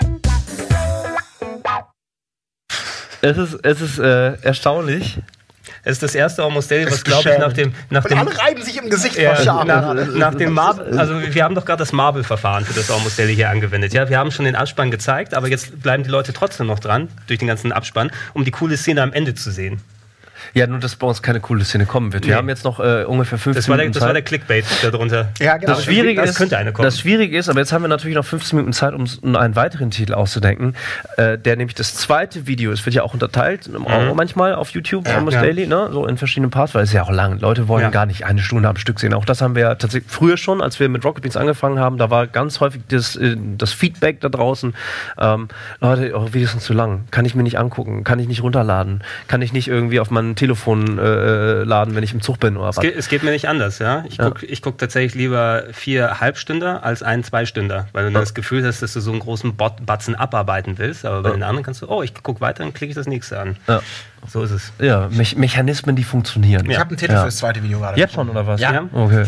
Es ist erstaunlich, Es ist das erste Almost Daily, was, ist glaube ich, beschämend. nach dem Und alle reiben sich im Gesicht Ja, vor Scham. nach dem Marble, also wir haben doch gerade das Marble-Verfahren für das Almost Daily hier angewendet. Ja, wir haben schon den Abspann gezeigt, aber jetzt bleiben die Leute trotzdem noch dran, durch den ganzen Abspann, um die coole Szene am Ende zu sehen. Ja, nur dass bei uns keine coole Szene kommen wird. Wir haben jetzt noch ungefähr 15 Das war Minuten der Clickbait darunter. Ja, genau. Das Schwierige das ist, könnte eine kommen. Das Schwierige ist, aber jetzt haben wir natürlich noch 15 Minuten Zeit, um einen weiteren Titel auszudenken, der nämlich das zweite Video, es wird ja auch unterteilt, auch manchmal auf YouTube, Almost Daily, ne? So in verschiedenen Parts, weil es ja auch lang, Leute wollen gar nicht eine Stunde am Stück sehen. Auch das haben wir ja tatsächlich früher schon, als wir mit Rocket Beans angefangen haben, da war ganz häufig das Feedback da draußen, Leute, eure Videos sind zu lang, kann ich mir nicht angucken, kann ich nicht runterladen, kann ich nicht irgendwie auf mein Telefon laden, wenn ich im Zug bin oder was. Es geht mir nicht anders, ja. Ich guck tatsächlich lieber 4 Halbstünder als einen 2-Stünder, weil du dann das Gefühl hast, dass du so einen großen Batzen abarbeiten willst, aber bei den anderen kannst du, ich guck weiter, dann klicke ich das nächste an. Ja. So ist es. Ja, Mechanismen, die funktionieren. Ich habe einen Titel für das zweite Video gerade. Jetzt schon, oder was? Ja. Okay.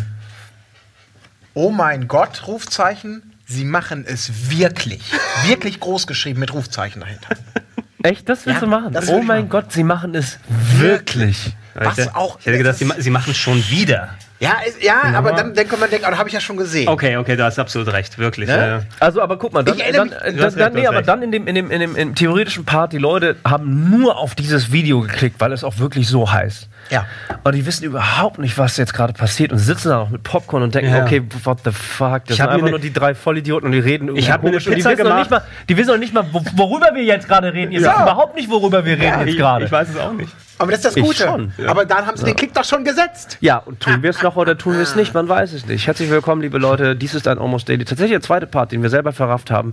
Oh mein Gott, Rufzeichen, sie machen es wirklich. Wirklich groß geschrieben mit Rufzeichen dahinter. Echt, das willst Ja, du machen? das will Oh ich mein machen. Gott, sie machen es wirklich. Was auch. Ich hätte gedacht, sie machen es schon wieder. Ja, aber dann kann man denken, das habe ich ja schon gesehen. Okay, du hast absolut recht, wirklich. Ne? Also, aber guck mal, dann, Ich erinnere dann im theoretischen Part, die Leute haben nur auf dieses Video geklickt, weil es auch wirklich so heißt. Ja. Und die wissen überhaupt nicht, was jetzt gerade passiert und sitzen da noch mit Popcorn und denken, Ja. okay, what the fuck, das Ich sind hab einfach mir nur die 3 Vollidioten und die reden irgendwie Ich hab mir eine komisch. Und Pizza gemacht. Die wissen noch nicht mal, worüber wir jetzt gerade reden. Ihr wisst überhaupt nicht, worüber wir reden jetzt gerade. Ich weiß es auch nicht. Aber das ist das Ich Gute. schon. Aber dann haben sie den Klick doch schon gesetzt. Ja, und tun wir es noch oder tun wir es nicht? Man weiß es nicht. Herzlich willkommen, liebe Leute. Dies ist ein Almost Daily. Tatsächlich der zweite Part, den wir selber verrafft haben.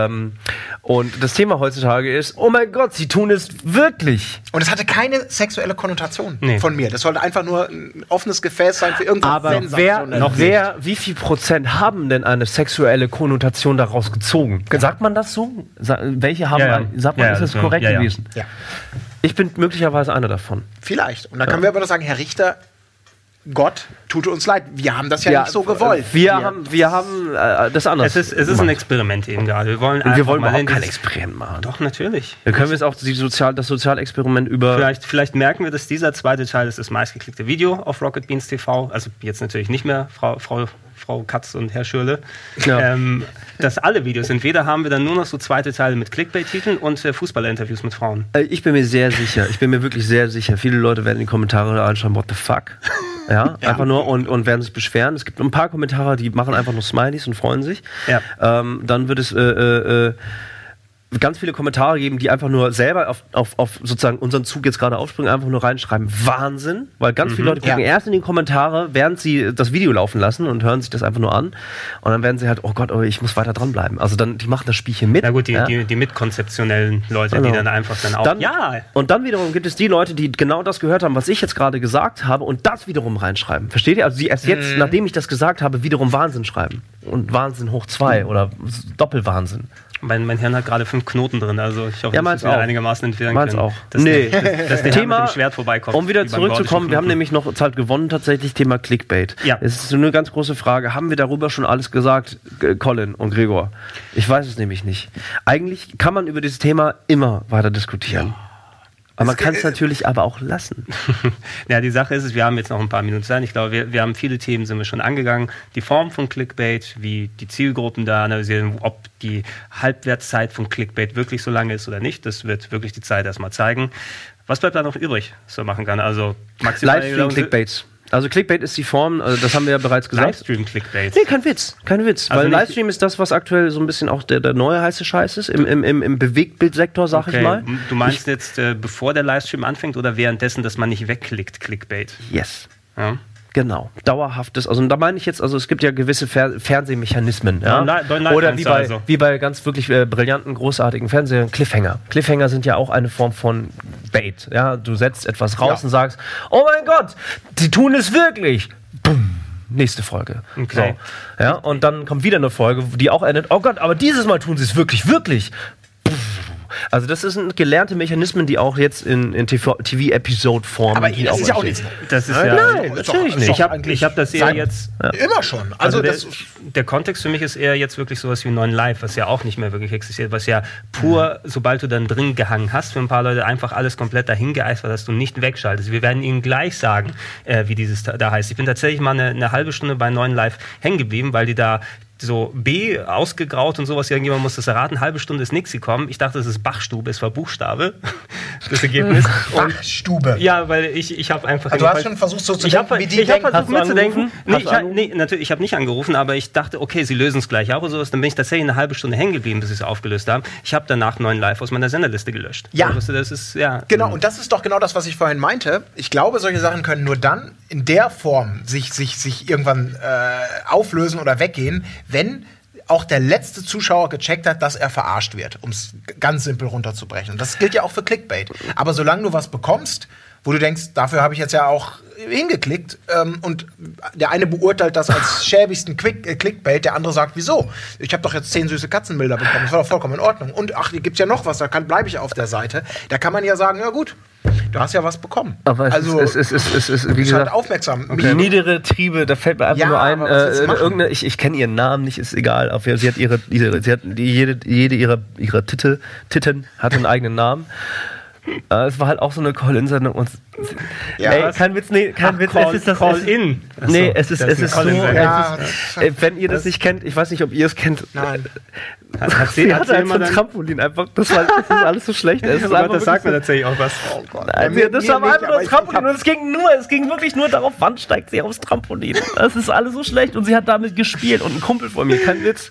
Und das Thema heutzutage ist, oh mein Gott, sie tun es wirklich. Und es hatte keine sexuelle Konnotation Nee. von mir. Das sollte einfach nur ein offenes Gefäß sein für irgendwas Aber Sensationelles. wie viel Prozent haben denn eine sexuelle Konnotation daraus gezogen? Sagt man das so? Welche haben sagt man, ist das korrekt gewesen? Ja, Ich bin möglicherweise einer davon. vielleicht. Und dann können wir aber noch sagen, Herr Richter, Gott, tut uns leid. Wir haben das ja nicht so gewollt. Wir haben das anders. Es ist ein Experiment eben gerade. Wir wollen Und wir wollen mal überhaupt in kein dieses- Experiment machen. Doch, natürlich. Wir können jetzt auch das Sozialexperiment über... Vielleicht merken wir, dass dieser zweite Teil ist das meistgeklickte Video auf Rocket Beans TV. Also jetzt natürlich nicht mehr Frau Katz und Herr Schürle. Ja. Dass alle Videos, entweder haben wir dann nur noch so zweite Teile mit Clickbait-Titeln und Fußballinterviews mit Frauen. Ich bin mir sehr sicher, wirklich sehr sicher, viele Leute werden in die Kommentare anschauen, what the fuck? Ja, einfach nur und werden sich beschweren. Es gibt ein paar Kommentare, die machen einfach nur Smileys und freuen sich. Ja. Dann wird es ganz viele Kommentare geben, die einfach nur selber auf sozusagen unseren Zug jetzt gerade aufspringen, einfach nur reinschreiben, Wahnsinn, weil ganz viele Leute gucken erst in die Kommentare, während sie das Video laufen lassen und hören sich das einfach nur an und dann werden sie halt, oh Gott, ich muss weiter dranbleiben. Also dann, die machen das Spielchen mit. Na gut, die mitkonzeptionellen Leute, die dann einfach dann auch... Und dann wiederum gibt es die Leute, die genau das gehört haben, was ich jetzt gerade gesagt habe und das wiederum reinschreiben. Versteht ihr? Also die erst jetzt, nachdem ich das gesagt habe, wiederum Wahnsinn schreiben. Und Wahnsinn hoch 2 oder Doppelwahnsinn. Mein Hirn hat gerade 5 Knoten drin, also ich hoffe, Ja, dass meins wir wieder auch. einigermaßen entfernen Meins können. auch. Dass Nee. dass der Herr mit dem Schwert vorbeikommt. Um wieder wie beim zurückzukommen, wir haben gordischen nämlich noch Zeit gewonnen, tatsächlich Thema Clickbait. Ja. Es ist so eine ganz große Frage. Haben wir darüber schon alles gesagt, Colin und Gregor? Ich weiß es nämlich nicht. Eigentlich kann man über dieses Thema immer weiter diskutieren. Aber man kann es natürlich aber auch lassen. Ja, die Sache ist, wir haben jetzt noch ein paar Minuten Zeit. Ich glaube, wir haben viele Themen, sind wir schon angegangen. Die Form von Clickbait, wie die Zielgruppen da analysieren, ob die Halbwertszeit von Clickbait wirklich so lange ist oder nicht. Das wird wirklich die Zeit erstmal zeigen. Was bleibt da noch übrig, was man machen kann? Also maximal Livestream-Clickbaits. Also Clickbait ist die Form, das haben wir ja bereits gesagt. Livestream-Clickbait. Nee, kein Witz. Also weil nicht- Livestream ist das, was aktuell so ein bisschen auch der neue heiße Scheiß ist, im Bewegtbildsektor, sag ich mal. Du meinst jetzt, bevor der Livestream anfängt oder währenddessen, dass man nicht wegklickt, Clickbait? Yes. Ja. Genau, dauerhaftes, also da meine ich jetzt, also es gibt ja gewisse Fernsehmechanismen, ja? Nein, Oder also. wie bei ganz wirklich brillanten, großartigen Fernsehern, Cliffhanger. Cliffhanger sind ja auch eine Form von Bait, ja? Du setzt etwas raus und sagst, oh mein Gott, sie tun es wirklich. Bumm. Nächste Folge. Okay. So. Ja? Und dann kommt wieder eine Folge, die auch endet, oh Gott, aber dieses Mal tun sie es wirklich, wirklich. Also das sind gelernte Mechanismen, die auch jetzt in TV-Episode-Form... Aber das ist ja auch nichts. Das ist ja... Nein, natürlich nicht. Ich hab das eher jetzt... Immer schon. Also der Kontext für mich ist eher jetzt wirklich sowas wie 9 Live, was ja auch nicht mehr wirklich existiert, was ja pur, sobald du dann drin gehangen hast, für ein paar Leute einfach alles komplett dahin geeist war, dass du nicht wegschaltest. Wir werden Ihnen gleich sagen, wie dieses da heißt. Ich bin tatsächlich mal eine halbe Stunde bei 9 Live hängen geblieben, weil die da so B ausgegraut und sowas, irgendjemand muss das erraten, halbe Stunde ist nichts gekommen. Ich dachte, es ist Bachstube, es war Buchstabe, das Ergebnis. Bachstube. Ja, weil ich habe einfach... Also du hast schon versucht so zu denken, wie die Ich habe versucht angerufen? mitzudenken. Natürlich, ich habe nicht angerufen, aber ich dachte, okay, sie lösen es gleich auf oder sowas. Dann bin ich tatsächlich eine halbe Stunde hängen geblieben, bis sie es aufgelöst haben. Ich habe danach 9 Live aus meiner Senderliste gelöscht. Ja. Also, das ist, ja. Genau, und das ist doch genau das, was ich vorhin meinte. Ich glaube, solche Sachen können nur dann in der Form sich irgendwann auflösen oder weggehen, wenn auch der letzte Zuschauer gecheckt hat, dass er verarscht wird, um es ganz simpel runterzubrechen. Und das gilt ja auch für Clickbait. Aber solange du was bekommst, wo du denkst, dafür habe ich jetzt ja auch hingeklickt, und der eine beurteilt das als schäbigsten Clickbait, der andere sagt, wieso? Ich habe doch jetzt 10 süße Katzenbilder bekommen, das war doch vollkommen in Ordnung. Und ach, hier gibt's ja noch was, da bleibe ich auf der Seite. Da kann man ja sagen, ja gut, du hast ja was bekommen. Aber es ist wie gesagt, halt aufmerksam. Okay. Niedere Triebe, da fällt mir einfach nur ein, ich kenne ihren Namen nicht, ist egal. Auf jeden Fall, jede ihrer Titten hat einen eigenen Namen. Es war halt auch so eine Call-In-Sendung und kein Witz, es ist das Call-In. Nee, es ist so, Ja. Wenn ihr das nicht kennt, ich weiß nicht, ob ihr es kennt. Nein. Sie hatte halt so ein Trampolin einfach, das ist alles so schlecht. Es ist Das sagt mir tatsächlich auch was. Oh Gott. Nein, das war einfach nur ein Trampolin und es ging wirklich nur darauf, wann steigt sie aufs Trampolin. Das ist alles so schlecht und sie hat damit gespielt und ein Kumpel von mir, kein Witz,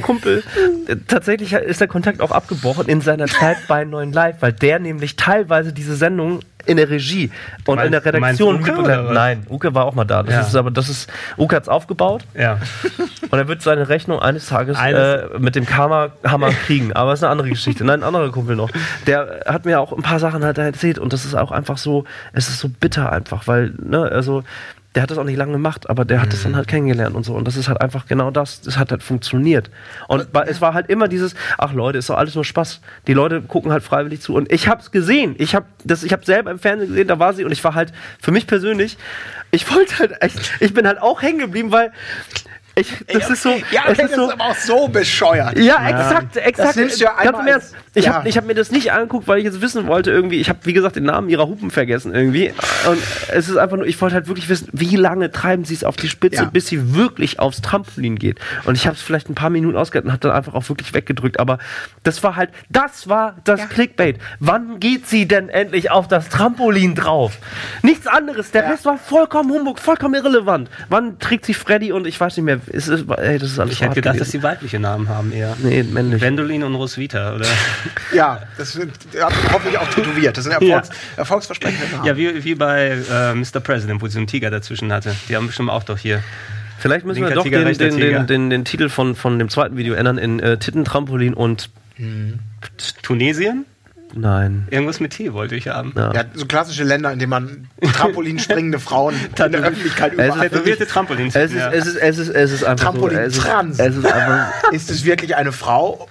tatsächlich ist der Kontakt auch abgebrochen in seiner Zeit bei 9 Live, weil der nämlich teilweise diese Sendung in der Regie und in der Redaktion mitbegleitet. Nein, Uke war auch mal da. Uke hat's aufgebaut. Ja. Und er wird seine Rechnung eines Tages mit dem Hammer kriegen. Aber das ist eine andere Geschichte. Nein, ein anderer Kumpel noch. Der hat mir auch ein paar Sachen halt erzählt und das ist auch einfach so, es ist so bitter einfach, weil, der hat das auch nicht lange gemacht, aber der hat das dann halt kennengelernt und so. Und das ist halt einfach genau das. Das hat halt funktioniert. Und es war halt immer dieses, ach Leute, ist doch alles nur Spaß. Die Leute gucken halt freiwillig zu. Und ich hab's gesehen. Ich hab selber im Fernsehen gesehen, da war sie. Und ich war halt, für mich persönlich, ich bin halt auch hängen geblieben, weil das ist so. Ja, das ist aber auch so bescheuert. Ja, exakt. Das nimmst du ja ganz im Ernst. Ich ja. hab mir das nicht angeguckt, weil ich jetzt wissen wollte irgendwie. Ich habe, wie gesagt, den Namen ihrer Hupen vergessen irgendwie. Und es ist einfach nur, ich wollte halt wirklich wissen, wie lange treiben sie es auf die Spitze, bis sie wirklich aufs Trampolin geht. Und ich habe es vielleicht ein paar Minuten ausgehalten und habe dann einfach auch wirklich weggedrückt. Aber das war das Clickbait. Wann geht sie denn endlich auf das Trampolin drauf? Nichts anderes. Der Rest war vollkommen Humbug, vollkommen irrelevant. Wann trägt sie Freddy und ich weiß nicht mehr. Das ist alles ich hätte gedacht, dass sie weibliche Namen haben eher. Nee, männlich. Wendolin und Roswitha, oder? Ja, das sind hoffentlich auch tätowiert. Das sind erfolgsversprechende Namen. Ja, wie bei Mr. President, wo sie einen Tiger dazwischen hatte. Die haben bestimmt auch doch hier. Vielleicht müssen wir doch den Titel von dem zweiten Video ändern in Titten-Trampolin und Tunesien? Nein. Irgendwas mit T wollte ich haben. Ja, so klassische Länder, in denen man Trampolin springende Frauen in der Öffentlichkeit überall. Tätowierte Trampolins. Es ist einfach Trampolin-Trans. Ist es wirklich eine Frau?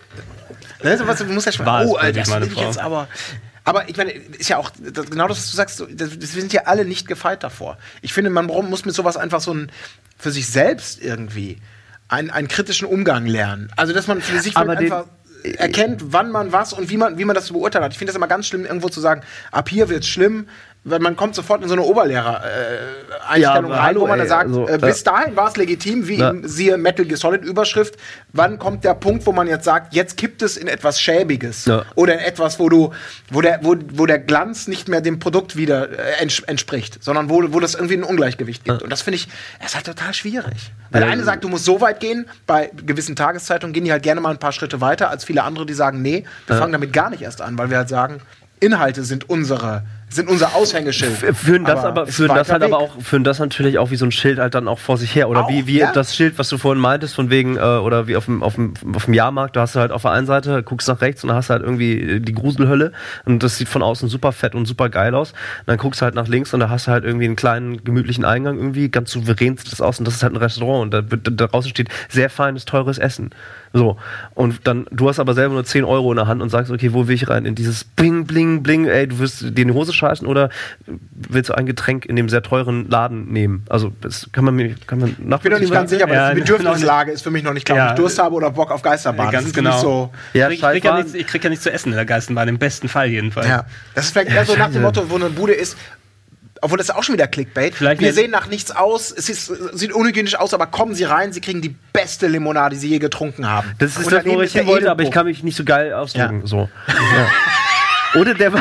Du musst ja schon das will ich jetzt aber ich meine, ist ja auch genau das, was du sagst, wir sind ja alle nicht gefeit davor. Ich finde, man muss mit sowas einfach für sich selbst irgendwie einen kritischen Umgang lernen. Also, dass man für sich einfach erkennt, wann man was und wie man das beurteilt hat. Ich finde das immer ganz schlimm, irgendwo zu sagen, ab hier wird's schlimm, weil man kommt sofort in so eine Oberlehrer-Einstellung rein, wo man dann sagt, bis dahin war es legitim, siehe Metal Gear Solid Überschrift, wann kommt der Punkt, wo man jetzt sagt, jetzt kippt es in etwas Schäbiges oder in etwas, wo der Glanz nicht mehr dem Produkt wieder entspricht, sondern wo das irgendwie ein Ungleichgewicht gibt. Und das finde ich, ist halt total schwierig. Weil der eine sagt, du musst so weit gehen, bei gewissen Tageszeitungen gehen die halt gerne mal ein paar Schritte weiter als viele andere, die sagen, nee, wir fangen damit gar nicht erst an, weil wir halt sagen, Inhalte sind unsere sind unser Aushängeschild. Führen das natürlich auch wie so ein Schild halt dann auch vor sich her. Oder Auch, wie ja. das Schild, was du vorhin meintest, von wegen, oder wie auf dem Jahrmarkt, du hast halt auf der einen Seite, guckst nach rechts und dann hast du halt irgendwie die Gruselhölle und das sieht von außen super fett und super geil aus. Und dann guckst du halt nach links und da hast du halt irgendwie einen kleinen, gemütlichen Eingang irgendwie, ganz souverän sieht das aus und das ist halt ein Restaurant und da draußen steht sehr feines, teures Essen. So. Und dann, du hast aber selber nur 10 Euro in der Hand und sagst, okay, wo will ich rein? In dieses Bling, Bling, Bling, ey, du wirst dir in die Hose scheißen oder willst du ein Getränk in dem sehr teuren Laden nehmen? Also, das kann man nachvollziehen. Ich bin noch nicht ganz sicher, aber die Bedürfnislage ist für mich noch nicht klar, ob ich Durst habe oder Bock auf Geisterbahn. Ganz das ist genau. so. Ja, ich krieg ja nichts zu essen in der Geisterbahn, im besten Fall jedenfalls. Ja. Das ist vielleicht eher so nach dem Motto, wo eine Bude ist, obwohl das ist auch schon wieder Clickbait. Wir sehen nach nichts aus, sieht unhygienisch aus, aber kommen Sie rein, Sie kriegen die beste Limonade, die Sie je getrunken haben. Das ist das, wo ich hin wollte, aber ich kann mich nicht so geil ausdrücken. Ja. So. Ja. Oder der was?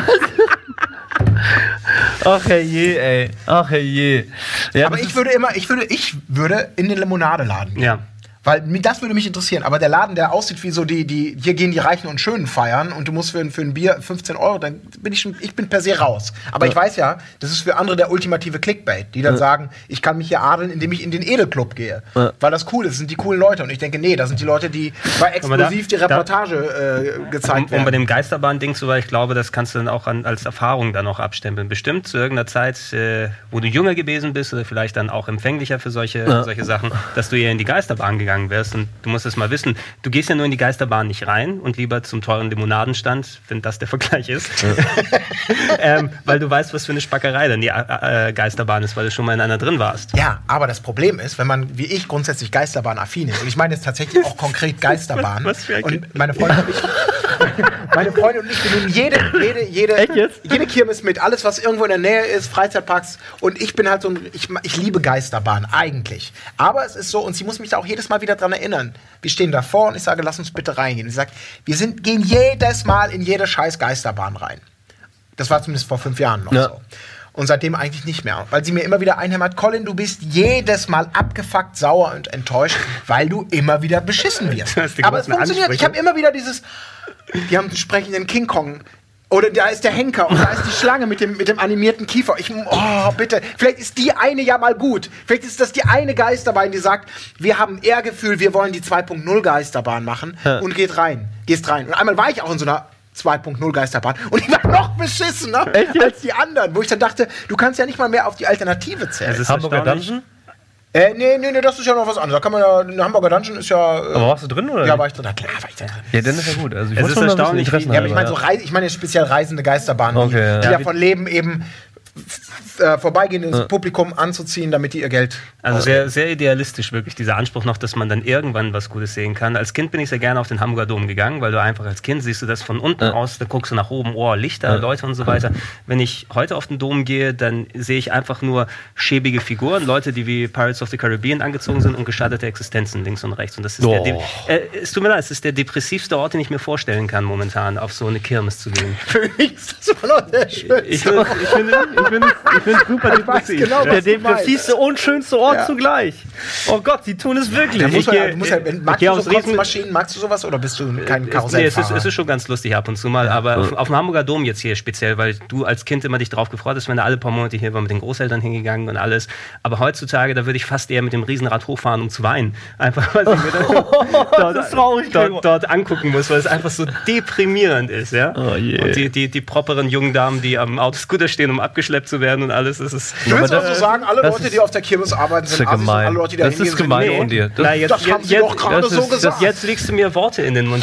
Ach herrje, ey. Ach herje. Ja, aber ich würde in den Limonadeladen gehen. Ja. Weil das würde mich interessieren. Aber der Laden, der aussieht wie so hier gehen die Reichen und Schönen feiern und du musst für ein Bier 15 Euro, dann bin ich bin per se raus. Aber ich weiß ja, das ist für andere der ultimative Clickbait, die dann sagen, ich kann mich hier adeln, indem ich in den Edelclub gehe. Weil das cool ist, das sind die coolen Leute. Und ich denke, nee, das sind die Leute, die bei Exklusiv die Reportage gezeigt werden. Und bei dem Geisterbahn-Ding, weil ich glaube, das kannst du dann auch als Erfahrung dann auch abstempeln. Bestimmt zu irgendeiner Zeit, wo du jünger gewesen bist oder vielleicht dann auch empfänglicher für solche Sachen, dass du eher in die Geisterbahn gegangen wärst. Und du musst es mal wissen, du gehst ja nur in die Geisterbahn nicht rein und lieber zum teuren Limonadenstand, wenn das der Vergleich ist. Weil du weißt, was für eine Spackerei dann die Geisterbahn ist, weil du schon mal in einer drin warst. Ja, aber das Problem ist, wenn man, wie ich, grundsätzlich Geisterbahn-affin ist, und ich meine jetzt tatsächlich auch konkret Geisterbahn. Was für ein und meine Freundin und ich, wir nehmen jede Kirmes mit, alles, was irgendwo in der Nähe ist, Freizeitparks. Und ich bin halt so ich liebe Geisterbahn, eigentlich. Aber es ist so, und sie muss mich da auch jedes Mal wieder dran erinnern. Wir stehen davor und ich sage, lass uns bitte reingehen. Und sie sagt, gehen jedes Mal in jede scheiß Geisterbahn rein. Das war zumindest vor 5 Jahren noch so. Und seitdem eigentlich nicht mehr. Weil sie mir immer wieder einhämmert, Colin, du bist jedes Mal abgefuckt, sauer und enttäuscht, weil du immer wieder beschissen wirst. Aber es funktioniert. Ich habe immer wieder die haben einen sprechenden King Kong. Oder da ist der Henker und da ist die Schlange mit dem animierten Kiefer. Bitte. Vielleicht ist die eine ja mal gut. Vielleicht ist das die eine Geisterbahn, die sagt, wir haben Ehrgefühl, wir wollen die 2.0 Geisterbahn machen und gehst rein. Und einmal war ich auch in so einer 2.0 Geisterbahn und die war noch beschissener als die anderen, wo ich dann dachte, du kannst ja nicht mal mehr auf die Alternative zählen. Das ist Hamburger Dungeon? Nee, das ist ja noch was anderes. Da kann man ja, eine Hamburger Dungeon ist ja... aber warst du drin, oder? Ja, war ich drin. Na klar, war ich da drin. Ja, dann ist ja gut. Also es ist erstaunlich. Ja, aber ich meine speziell reisende Geisterbahnen, die davon leben, eben vorbeigehendes Publikum anzuziehen, damit die ihr Geld Also sehr, sehr idealistisch wirklich dieser Anspruch noch, dass man dann irgendwann was Gutes sehen kann. Als Kind bin ich sehr gerne auf den Hamburger Dom gegangen, weil du einfach als Kind siehst du das von unten aus, da guckst du nach oben, Lichter, Leute und so weiter. Wenn ich heute auf den Dom gehe, dann sehe ich einfach nur schäbige Figuren, Leute, die wie Pirates of the Caribbean angezogen sind und gescheiterte Existenzen links und rechts. Und das ist es tut mir leid, es ist der depressivste Ort, den ich mir vorstellen kann momentan, auf so eine Kirmes zu gehen. Für mich ist das immer noch der schönste. Ich finde es super depressiv. Genau, der depressivste und schönste Ort zugleich. Oh Gott, sie tun es wirklich. Magst du so Kopfmaschinen, magst du sowas oder bist du kein Karussellfahrer? Es ist schon ganz lustig ab und zu mal, aber auf dem Hamburger Dom jetzt hier speziell, weil du als Kind immer dich drauf gefreut hast, wenn du alle paar Monate hier war, mit den Großeltern hingegangen und alles. Aber heutzutage, da würde ich fast eher mit dem Riesenrad hochfahren, um zu weinen. Einfach, weil ich mir dort angucken muss, weil es einfach so deprimierend ist. Ja? Oh yeah. Und die properen jungen Damen, die am Autoscooter stehen, um abgeschleppt zu werden und alles. Das ist du willst also sagen, alle Leute, die auf der Kirmes arbeiten, sind Assis und alle Leute, die da hingehen, sind gemein von dir. Das haben sie doch gerade so gesagt. Jetzt legst du mir Worte in den Mund.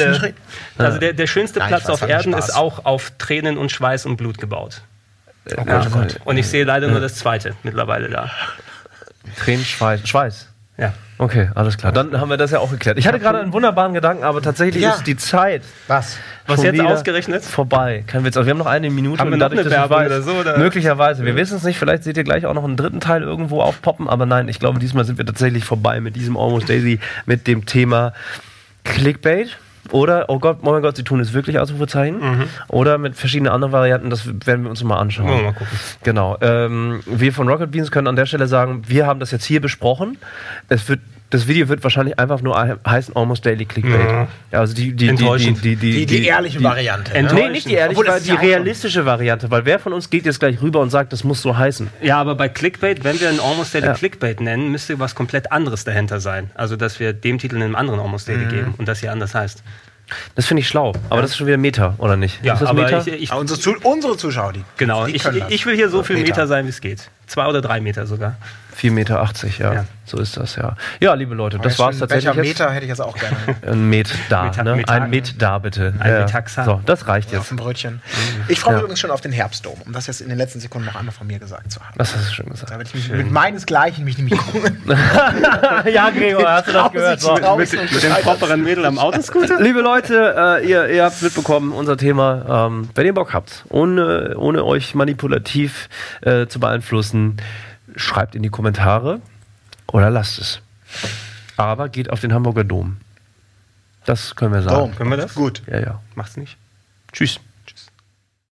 Der schönste Platz auf Erden ist auch auf Tränen und Schweiß und Blut gebaut. Oh Gott. Und ich sehe leider nur das zweite mittlerweile da. Tränen, Schweiß. Ja. Okay, alles klar. Dann haben wir das ja auch geklärt. Ich hatte gerade einen wunderbaren Gedanken, aber tatsächlich ist die Zeit. Was jetzt ausgerechnet? Vorbei. Kein Witz. Also wir haben noch eine Minute. Haben wir noch eine Werbung oder so? Oder? Möglicherweise. Wir wissen es nicht. Vielleicht seht ihr gleich auch noch einen dritten Teil irgendwo aufpoppen. Aber nein, ich glaube, diesmal sind wir tatsächlich vorbei mit diesem Almost Daisy, mit dem Thema Clickbait. Oder, oh mein Gott, sie tun es wirklich, Ausrufezeichen. Oder mit verschiedenen anderen Varianten, das werden wir uns mal anschauen. Mal gucken. Genau. Wir von Rocket Beans können an der Stelle sagen, wir haben das jetzt hier besprochen. Es wird Das Video wird wahrscheinlich einfach nur heißen Almost Daily Clickbait. Ja, also Enttäuschend. Die ehrliche Variante. Ne? Nee, nicht die ehrliche, Obwohl, das ist die ja auch realistische Variante, weil wer von uns geht jetzt gleich rüber und sagt, das muss so heißen? Ja, aber bei Clickbait, wenn wir einen Almost Daily Clickbait nennen, müsste was komplett anderes dahinter sein. Also, dass wir dem Titel einen anderen Almost Daily geben und das hier anders heißt. Das finde ich schlau, aber das ist schon wieder Meta, oder nicht? Ja, ist das aber Meta? Aber unsere Zuschauer, genau, die können das. ich will hier so viel Meter. Meter sein, wie es geht. 2 oder 3 Meter sogar. 4,80 Meter, ja. Ja. So ist das, ja. Ja, liebe Leute, das war's tatsächlich Welcher jetzt. Meter hätte ich jetzt auch gerne. Ein Met da, ne? Mittag. Ein Met da, bitte. Ein Mittagshaar. So, das reicht Auf jetzt. ein Brötchen. Ich freue mich übrigens schon auf den Herbstdom, um das jetzt in den letzten Sekunden noch einmal von mir gesagt zu haben. Das hast du schon gesagt. Da werde ich mich mit meinesgleichen mich nämlich Ja, Gregor, hast du das gehört? So. Mit dem properen Mädel am Autoscooter? Liebe Leute, ihr habt mitbekommen, unser Thema, wenn ihr Bock habt, ohne euch manipulativ zu beeinflussen, schreibt in die Kommentare oder lasst es. Aber geht auf den Hamburger Dom. Das können wir sagen. Dom. Können wir das? Gut. Ja, ja. Macht's nicht. Tschüss.